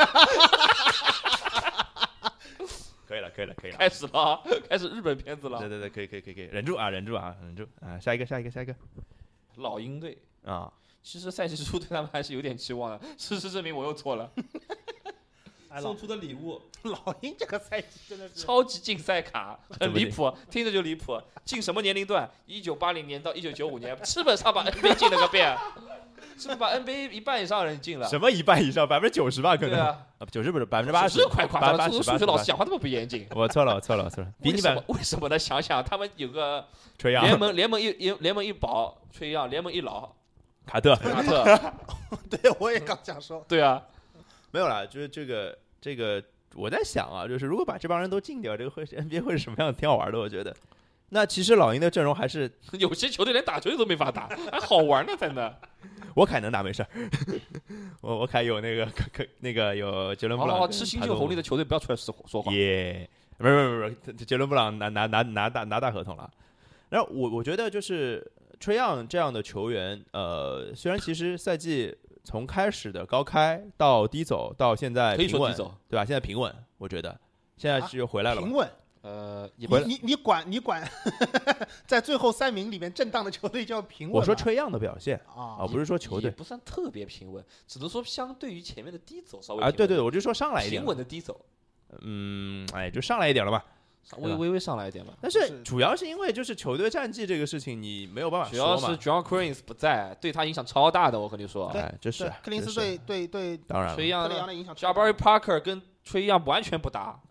可以了， 开始了，开始日本片子了。 对，可以，忍住啊，下一个， 老鹰队啊， 其实赛季初对他们还是有点期望的，事实证明我又错了。送出的礼物， 老鹰这个赛季真的是超级竞赛卡，很离谱，听着就离谱。进什么年龄段？1980年到1995年，基本上把 NBA 进了个遍，是不是把 NBA 一半以上的人进了？ 什么一半以上？90%吧，可能。 对啊 ，90%不是80%， 快夸张了。这个数学老师讲话这么不严谨。 我错了。比你们为什么呢？想想他们有个吹样联盟一宝吹样，联盟一老卡特。 对，我也刚想说。 对啊， 没有啦，就是这个，我在想啊，就是如果把这帮人都禁掉，这个NBA 会是什么样？挺好玩的，我觉得。那其实老鹰的阵容还是有些球队连打球都没法打，还好玩呢，真的。 我凯能打没事儿，我凯有那个有杰伦布朗。 吃新秀红利的球队不要出来说话。 耶，不是，杰伦布朗拿大合同了。然后我觉得就是吹样这样的球员，虽然其实赛季从开始的高开到低走到现在平稳，对吧？现在平稳，我觉得现在是又回来了。 平稳。你管，在最后3名里面震荡的球队叫平稳。 我说吹样的表现啊， 不是说球队也不算特别平稳，只能说相对于前面的低走稍微啊，对，我就说上来一点， 平稳的低走， 就上来一点了吧， 微微上来一点吧。 但是主要是因为就是球队战绩这个事情你没有办法说嘛， 主要是 John Collins 不在，对他影响超大的，我跟你说。 这是克林斯对， 当然特雷杨的影响。 Jabari Parker 跟吹样完全不搭。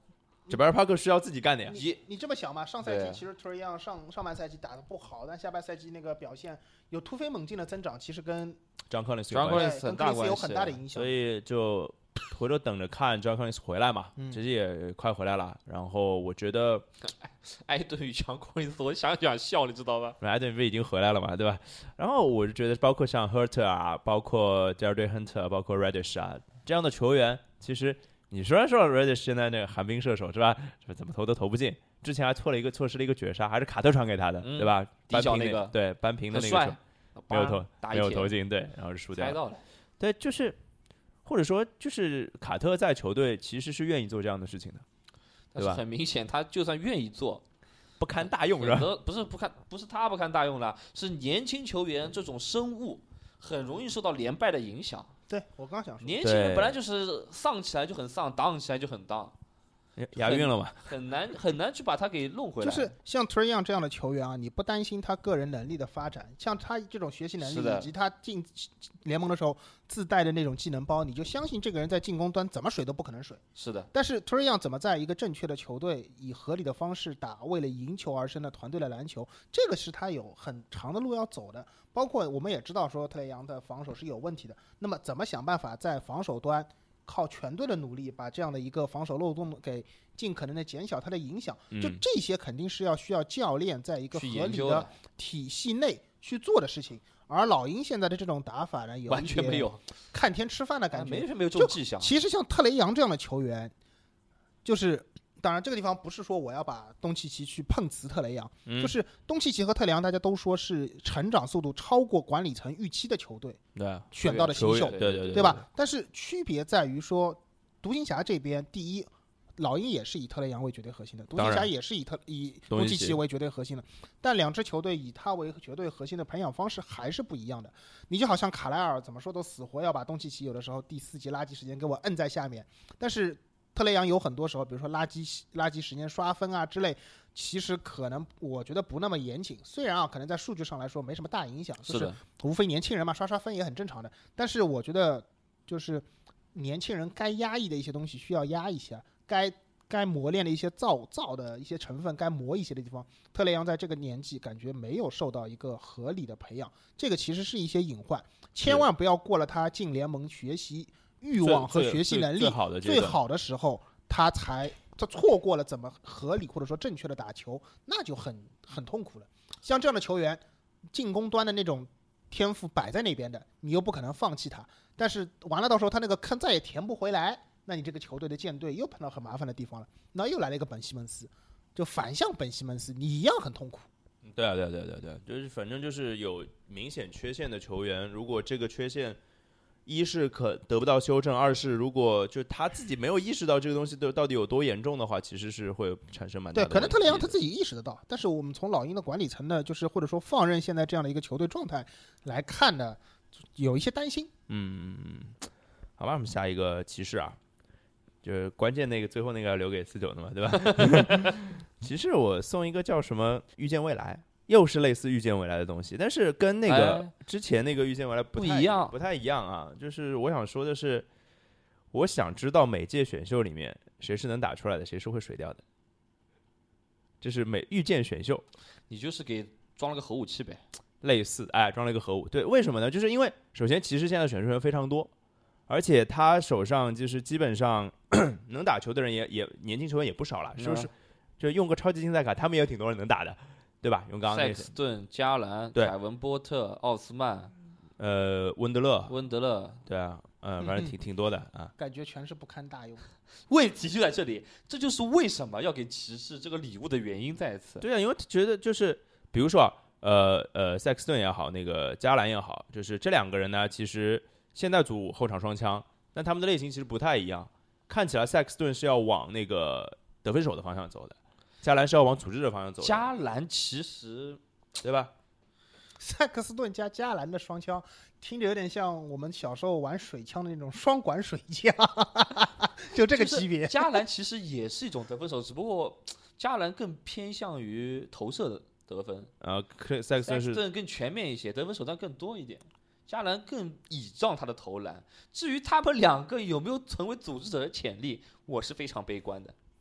这边帕克是要自己干的呀。 你这么想嘛？上赛季其实特雷杨上半赛季打得不好，但下半赛季那个表现有突飞猛进的增长，其实跟张克林斯有很大的影响。 所以就回头等着看张克林斯回来嘛，其实也快回来了。然后我觉得埃顿与张克林斯，我想笑，你知道吧？ 埃顿不已经回来了嘛，对吧？然后我就觉得，包括像 Hurter 啊，包括 DeAndre Hunter， 包括 Reddish 啊这样的球员，其实。你虽然说 Reddish 现在那个寒冰射手是吧？怎么投都投不进，之前还错失了一个绝杀，还是卡特传给他的，对吧？ 低角那个对扳平的那个球没有投进，对，然后是输掉。 猜到了， 对，就是或者说就是卡特在球队其实是愿意做这样的事情的，对吧？ 很明显，他就算愿意做， 不堪大用是吧？ 不是他不堪大用了，是年轻球员这种生物很容易受到连败的影响。 对，我刚想说， 年轻人本来就是上起来就很上，挡起来就很荡， 押韵了嘛？ 很难去把他给弄回来。 就是像 Trae Young 这样的球员啊，你不担心他个人能力的发展，像他这种学习能力以及他进联盟的时候自带的那种技能包，你就相信这个人在进攻端怎么水都不可能水。 是的。 但是 Trae Young 怎么在一个正确的球队以合理的方式打为了赢球而生的团队的篮球，这个是他有很长的路要走的。包括我们也知道说特雷杨的防守是有问题的，那么怎么想办法在防守端靠全队的努力把这样的一个防守漏洞给尽可能的减小它的影响，就这些肯定是需要教练在一个合理的体系内去做的事情。而老鹰现在的这种打法呢， 完全没有看天吃饭的感觉， 没有这种迹象。 其实像特雷杨这样的球员，就是当然这个地方不是说我要把东契奇去碰瓷特雷杨，就是东契奇和特雷杨大家都说是成长速度超过管理层预期的球队， 对， 选到的新秀， 对吧？但是区别在于说，独行侠这边第一，老鹰也是以特雷杨为绝对核心的，独行侠也是以东契奇为绝对核心的，但两支球队以他为绝对核心的培养方式还是不一样的。你就好像卡莱尔怎么说都死活要把东契奇有的时候第4节垃圾时间给我摁在下面，但是特雷杨有很多时候，比如说垃圾时间刷分啊之类，其实可能我觉得不那么严谨。虽然啊，可能在数据上来说没什么大影响，就是无非年轻人嘛，刷分也很正常的。但是我觉得就是年轻人该压抑的一些东西需要压一下，该磨练的一些造的一些成分该磨一些的地方，特雷杨在这个年纪感觉没有受到一个合理的培养，这个其实是一些隐患，千万不要过了他进联盟学习欲望和学习能力最好的时候，他错过了怎么合理或者说正确的打球，那就很痛苦了。像这样的球员，进攻端的那种天赋摆在那边的，你又不可能放弃他，但是完了到时候他那个坑再也填不回来，那你这个球队的舰队又碰到很麻烦的地方了，那又来了一个本西蒙斯，就反向本西蒙斯，你一样很痛苦。 对，就是反正就是有明显缺陷的球员，如果这个缺陷一是可得不到修正，二是如果就他自己没有意识到这个东西到底有多严重的话，其实是会产生蛮大的问题的。 对，可能特雷杨他自己意识得到，但是我们从老鹰的管理层呢，就是或者说放任现在这样的一个球队状态来看呢，有一些担心。 好吧，我们下一个骑士啊，就是关键那个最后那个要留给49的嘛，对吧？骑士我送一个叫什么预见未来。又是类似预见未来的东西，但是跟那个之前那个预见未来不太一样啊。就是我想说的是，我想知道每届选秀里面谁是能打出来的，谁是会水掉的。这是预见选秀， 你就是给装了个核武器呗， 类似装了一个核武。对，为什么呢？就是因为首先骑士现在选秀人非常多，而且他手上就是基本上能打球的人也年轻球员也不少了，是不是？就用个超级竞赛卡，他们也有挺多人能打的。对吧？用刚刚塞克斯顿、加兰、凯文波特、奥斯曼， 温德勒，对啊，反正挺多的啊， 感觉全是不堪大用。 问题就在这里，这就是为什么要给骑士这个礼物的原因在此。 对啊，因为觉得就是比如说塞克斯顿也好，那个加兰也好，就是这两个人呢，其实现在组后场双枪，但他们的类型其实不太一样。看起来塞克斯顿是要往那个得分手的方向走的。加兰是要往组织的方向走的。 加兰其实， 对吧？ 塞克斯顿加加兰的双枪，听着有点像我们小时候玩水枪的那种双管水枪，就这个级别。 加兰其实也是一种得分手，只不过加兰更偏向于投射的得分， 塞克斯顿更全面一些，得分手段更多一点。加兰更倚仗他的投篮，至于他们两个有没有成为组织者的潜力，我是非常悲观的。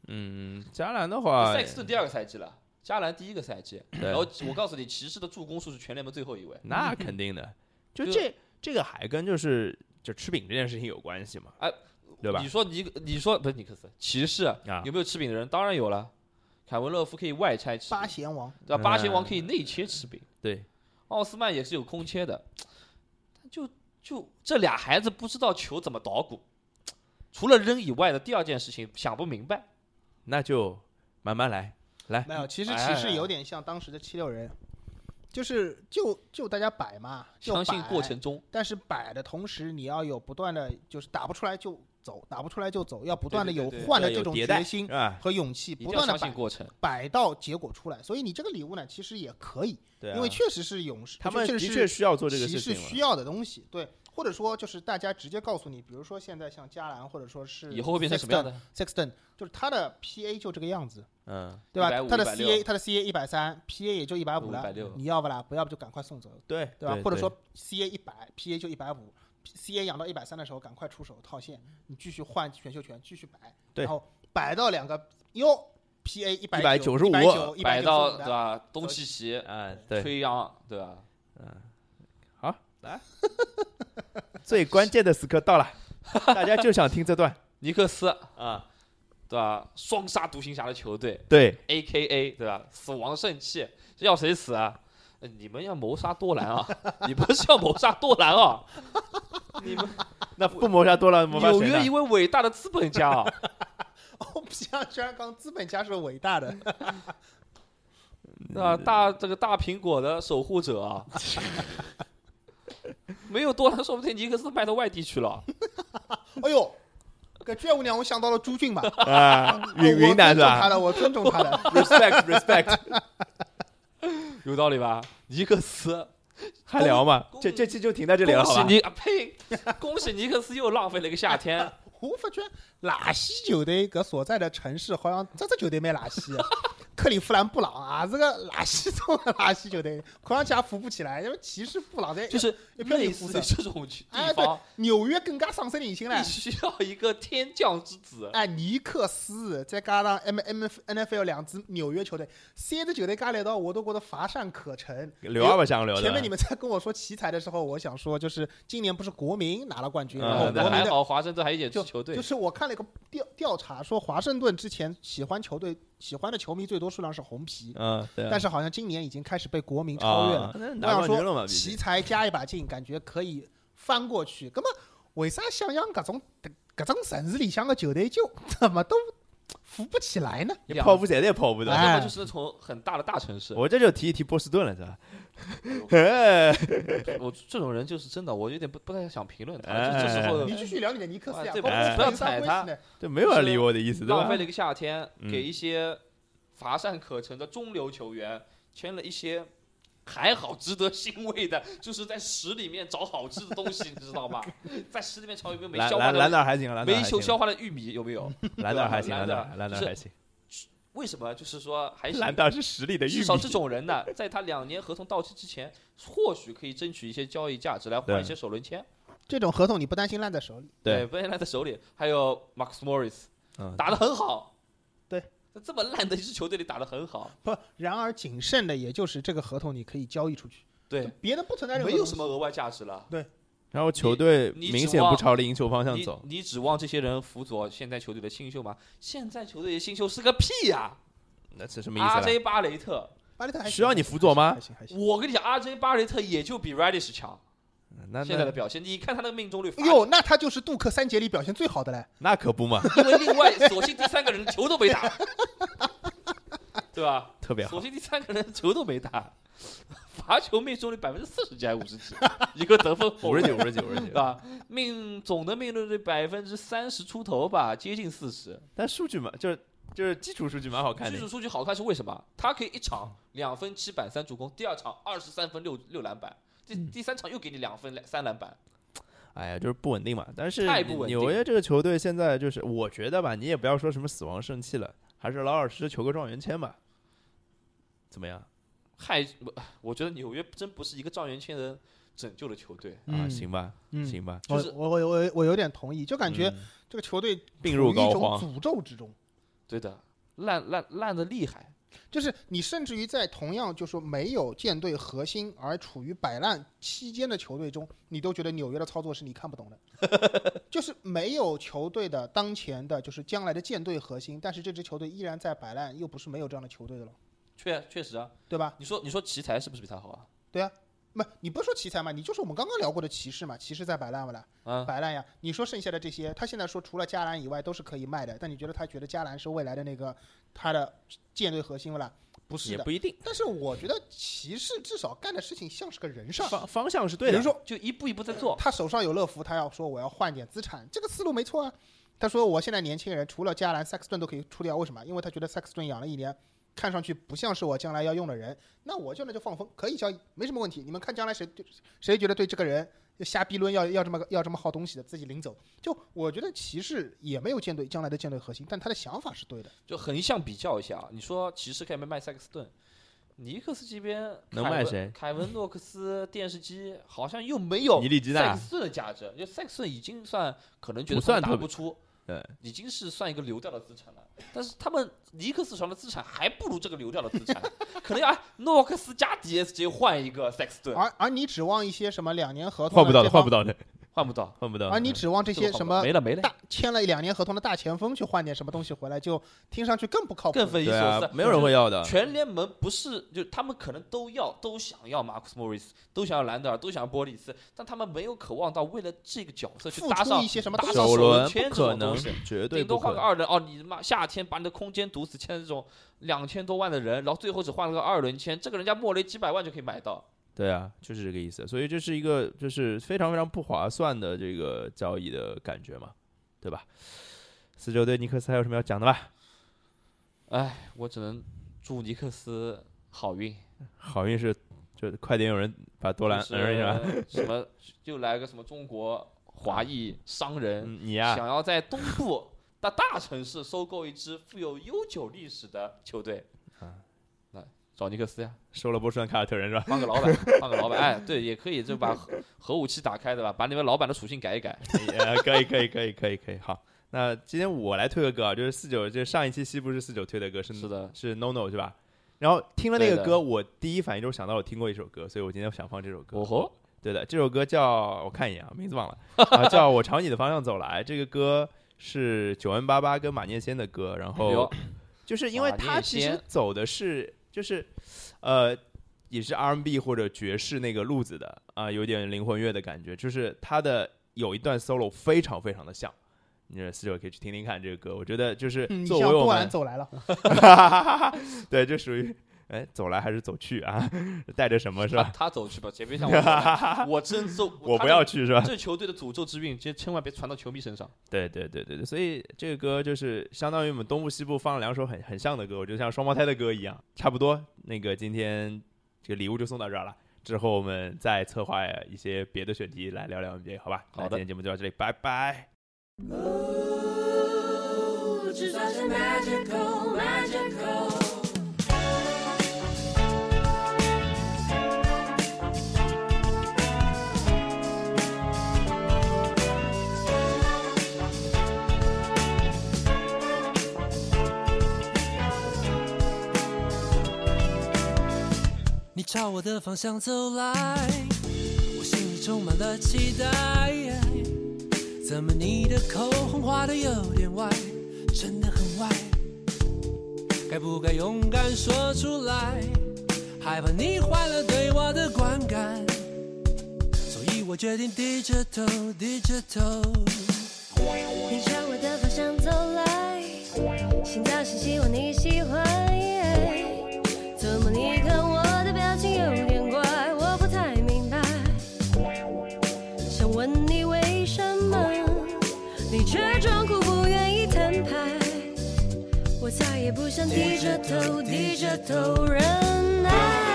加兰的话， 塞克斯顿第2个赛季了，加兰第1个赛季。然后我告诉你，骑士的助攻数是全联盟最后1位。 那肯定的，就这个还跟就吃饼这件事情有关系嘛？对吧？ 你说不是尼克斯，骑士有没有吃饼的人？当然有了。凯文勒夫可以外拆吃饼， 八贤王对吧？八贤王可以内切吃饼， 对。 奥斯曼也是有空切的，就这俩孩子不知道球怎么捣鼓，除了扔以外的第2件事情想不明白。 那就慢慢来。 没有，其实骑士有点像当时的76人，就大家摆嘛， 相信过程中， 但是摆的同时你要有不断的，就是打不出来就走，打不出来就走，要不断的有换的这种决心和勇气，不断的摆到结果出来。所以你这个礼物呢，其实也可以，因为确实是勇士， 他们的确需要做这个事情， 骑士需要的东西，对。或者说就是大家直接告诉你，比如说现在像加兰或者说是以后会变成什么样的 Sexton， 就是他的 PA 就这个样子， 对吧？他的 CA 130，PA 也就150了，你要不啦？不要不就赶快送走， 对吧？或者说 CA 100，PA 就150，CA 养到130的时候赶快出手套现，你继续换选秀权继续摆，然后摆到2个PA 195， 摆到对吧？东契奇吹杨对吧？ 好，来。最关键的时刻到了，大家就想听这段。 尼克斯对吧？双杀独行侠的球队， 对 ，AKA 对吧？死亡圣器，要谁死啊？你们要谋杀多兰啊！你不是要谋杀多兰啊？你们那不谋杀多兰， 纽约一位伟大的资本家啊！ 皮亚居然讲资本家是伟大的， 这个大苹果的守护者啊！没有多兰，说不定尼克斯卖到外地去了。 哎呦，这居然让我想到了朱俊吧？ 云南是吧？ 我尊重他的 ，respect， 有道理吧？尼克斯还聊吗？这期就停在这里了，好吧？ 恭喜尼克斯又浪费了一个夏天。 我发觉垃圾球队搿所在的城市好像这球队蛮垃圾的。克利夫兰布朗啊，这个垃圾中的垃圾球队，看上去还扶不起来，因为骑士布朗在就是类似的这种地方， 纽约更加上升人心了， 必须要一个天降之子。 尼克斯再加上 NFL 2支纽约球队，3支球队加来到，我都觉得乏善可陈。 留也不想留的。 前面你们在跟我说奇才的时候，我想说就是今年不是国民拿了冠军，然后那还好，华盛顿还有一点球队。 就是我看了一个调查，说华盛顿之前喜欢的球迷最多数量是红皮， 对。 但是好像今年已经开始被国民超越了。我想说，奇才加一把劲，感觉可以翻过去。那么为啥想各种城市里向的球队就怎么都扶不起来呢？ 也跑步现在也跑不到， 要么就是那种很大的大城市。 我这就提一提波士顿了，是吧？ 我这种人就是真的，我有点不太想评论他。这时候你继续聊你的尼克斯呀， 不要踩他， 对，没有人理我的意思， 浪费了一个夏天，给一些乏善可陈的中流球员签了一些还好值得欣慰的，就是在屎里面找好吃的东西，你知道吗？在屎里面找有没有没消化的？ 蓝点还行， 没消化的玉米有没有？ 蓝点还行，蓝点还行。 为什么？就是说，还是蓝点是实力的玉米。 至少这种人呢，在他2年合同到期之前，或许可以争取一些交易价值来换一些首轮签。 这种合同你不担心烂在手里？ 对，不担心烂在手里。还有 Marcus Morris，打得很好。 对， 这么烂的一支球队里打得很好。 不，然而仅剩的也就是这个合同你可以交易出去。 对， 别的不存在任何， 没有什么额外价值了。 对。 然后球队明显不朝着赢球方向走。 你指望这些人辅佐现在球队的新秀吗？现在球队的新秀是个屁呀！ 那是什么意思 ？RJ 巴雷特需要你辅佐吗？ 我跟你讲，RJ 巴雷特也就比 Radish 强。现在的表现，你看他那个命中率， 哟，那他就是杜克3节里表现最好的嘞。 那可不嘛， 因为另外索性第3个人球都没打，对吧？ 特别好， 索性第3个人球都没打，罚球命中率40%几还50几，一个得分 59% 吧？总的命中率30%出头吧，接近40%。 但数据嘛，就是基础数据蛮好看的。 基础数据好看是为什么？他可以一场2分7板3助攻，第2场23分6篮板，第3场又给你2分3篮板。 哎呀，就是不稳定嘛。但是太不稳定。 纽约这个球队现在就是，我觉得吧，你也不要说什么死亡圣器了，还是老老实实求个状元签吧。怎么样？ 我觉得纽约真不是一个状元签能拯救的球队啊。行吧，行吧。 就是我有点同意，就感觉这个球队病入膏肓， 诅咒之中。 对的，烂的厉害。 就是你甚至于在同样就说没有舰队核心而处于摆烂期间的球队中，你都觉得纽约的操作是你看不懂的。就是没有球队的当前的就是将来的舰队核心，但是这支球队依然在摆烂，又不是没有这样的球队的了。 确实啊， 对吧？ 你说奇才是不是比他好啊？ 对啊，你不是说奇才嘛？你就是我们刚刚聊过的骑士嘛，骑士在摆烂不啦？摆烂呀！你说剩下的这些，他现在说除了加兰以外都是可以卖的，但你觉得加兰是未来的那个他的舰队核心不啦？不是的， 也不一定。 但是我觉得骑士至少干的事情像是个人上， 方向是对的。 比如说， 就一步一步在做。 他手上有乐福，他要说我要换点资产，这个思路没错啊。他说我现在年轻人除了加兰、萨克斯顿都可以出掉，为什么？因为他觉得萨克斯顿养了1年。看上去不像是我将来要用的人，那我就放风，可以交易，没什么问题。你们看将来谁觉得对这个人瞎逼抡要这么好东西的，自己领走。就我觉得骑士也没有将来的舰队核心，但他的想法是对的。 就横向比较一下，你说骑士可以卖萨克斯顿，尼克斯这边能卖谁？ 凯文诺克斯电视机好像又没有萨克斯顿的价值，就萨克斯顿已经算可能觉得拿不出。 对， 已经是算一个流掉的资产了，但是他们尼克斯手上的资产还不如这个流掉的资产，可能要诺克斯加 DSJ 换一个萨克斯顿， 而你指望一些什么2年合同换不到的， 而你指望这些什么没了签了2年合同的大前锋去换点什么东西回来，就听上去更不靠谱， 更匪夷所思。 没有人会要的。 全联盟不是就他们可能都想要马库斯·莫里斯，都想要兰德尔，都想要波利斯，但他们没有渴望到为了这个角色去搭上一些什么首轮， 签不可能，绝对不可能。顶多换个2轮哦，你妈夏天把你的空间堵死，签这种2000多万的人，然后最后只换了个2轮签，这个人家莫雷几百万就可以买到。 对啊，就是这个意思。所以这是一个就是非常非常不划算的这个交易的感觉嘛，对吧？49对尼克斯还有什么要讲的吧？ 哎，我只能祝尼克斯好运。 好运是就快点有人把多兰摁下来， 什么就来个什么中国华裔商人， 你呀想要在东部的大城市收购一支富有悠久历史的球队。找尼克斯呀， 收了波士顿凯尔特人是吧？ 换个老板，哎，对，也可以，就把核武器打开，对吧？把你们老板的属性改一改。 可以。好，那今天我来推个歌啊，就是49，就上一期西部是49推的歌，是的， 是 No 是吧？然后听了那个歌，我第一反应就是想到我听过一首歌，所以我今天想放这首歌。 哦吼， 对的，这首歌叫我看一眼啊，名字忘了叫我朝你的方向走来。这个歌是9N88跟马念先的歌，然后就是因为他其实走的是。就是也是 R&B 或者爵士那个路子的有点灵魂乐的感觉，就是他的有一段 solo 非常非常的像，你49可以去听听看这个歌，我觉得就是作为我们走来了对，这属于走来还是走去啊？带着什么是吧？ 他走去吧，别像我，我真走， 我不要去是吧？ 这球队的诅咒之运，千万别传到球迷身上。 对，所以这个歌就是相当于我们东部西部放了2首很像的歌，我觉得像双胞胎的歌一样，差不多。那个今天这个礼物就送到这儿了，之后我们再策划一些别的选题来聊聊 NBA， 好吧？ 好的， 今天节目就到这里，拜拜。 你朝我的方向走来，我心里充满了期待。怎么你的口红画得有点歪，真的很歪。该不该勇敢说出来，害怕你坏了对我的观感，所以我决定低着头。你朝我的方向走来，心脏是希望你喜欢。怎么你看我的表情有点怪，我不太明白，想问你为什么你却装酷不愿意摊牌，我再也不想低着头忍耐。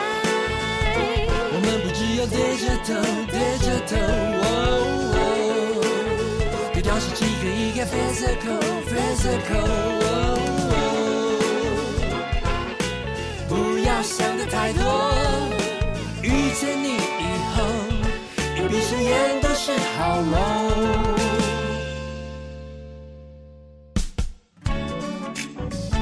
我们不只有低着头，对调是几个一个 physical， 不要想得太多，遇见你以后，一闭上眼都是好梦。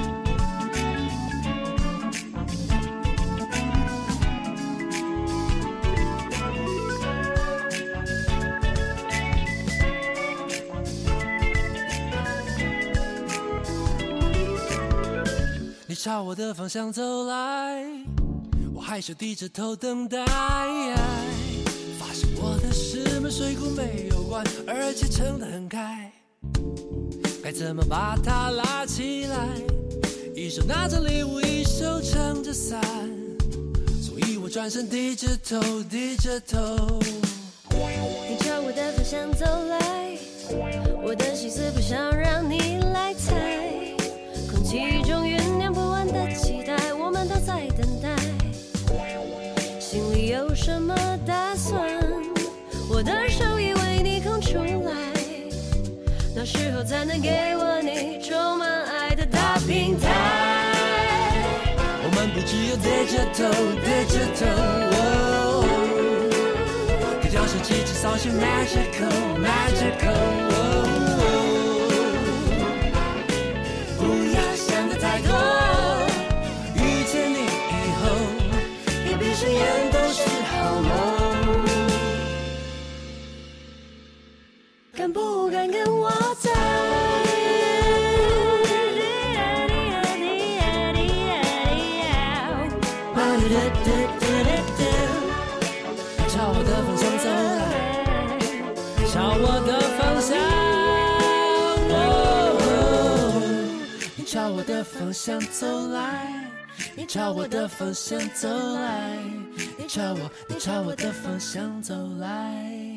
朝我的方向走来，我害羞低着头等待，发现我的石门水库没有关，而且撑得很开，该怎么把它拉起来？一手拿着礼物，一手撑着伞，所以我转身低着头，低着头。 你朝我的方向走来，我的心思不想让你来猜，空气中酝酿不完的期待，我们都在等待，心里有什么打算？我的手已为你空出来，那时候才能给我你充满爱的大平台。 我们不只有对着头，对着头。可教授机制扫些 magical magical。不要想得太多，遇见你以后，也闭上眼都是好梦。 敢不敢跟我走？ 朝我的方向走来，朝我的方向，你朝我的方向走来，你朝我的方向走来，你朝我的方向走来。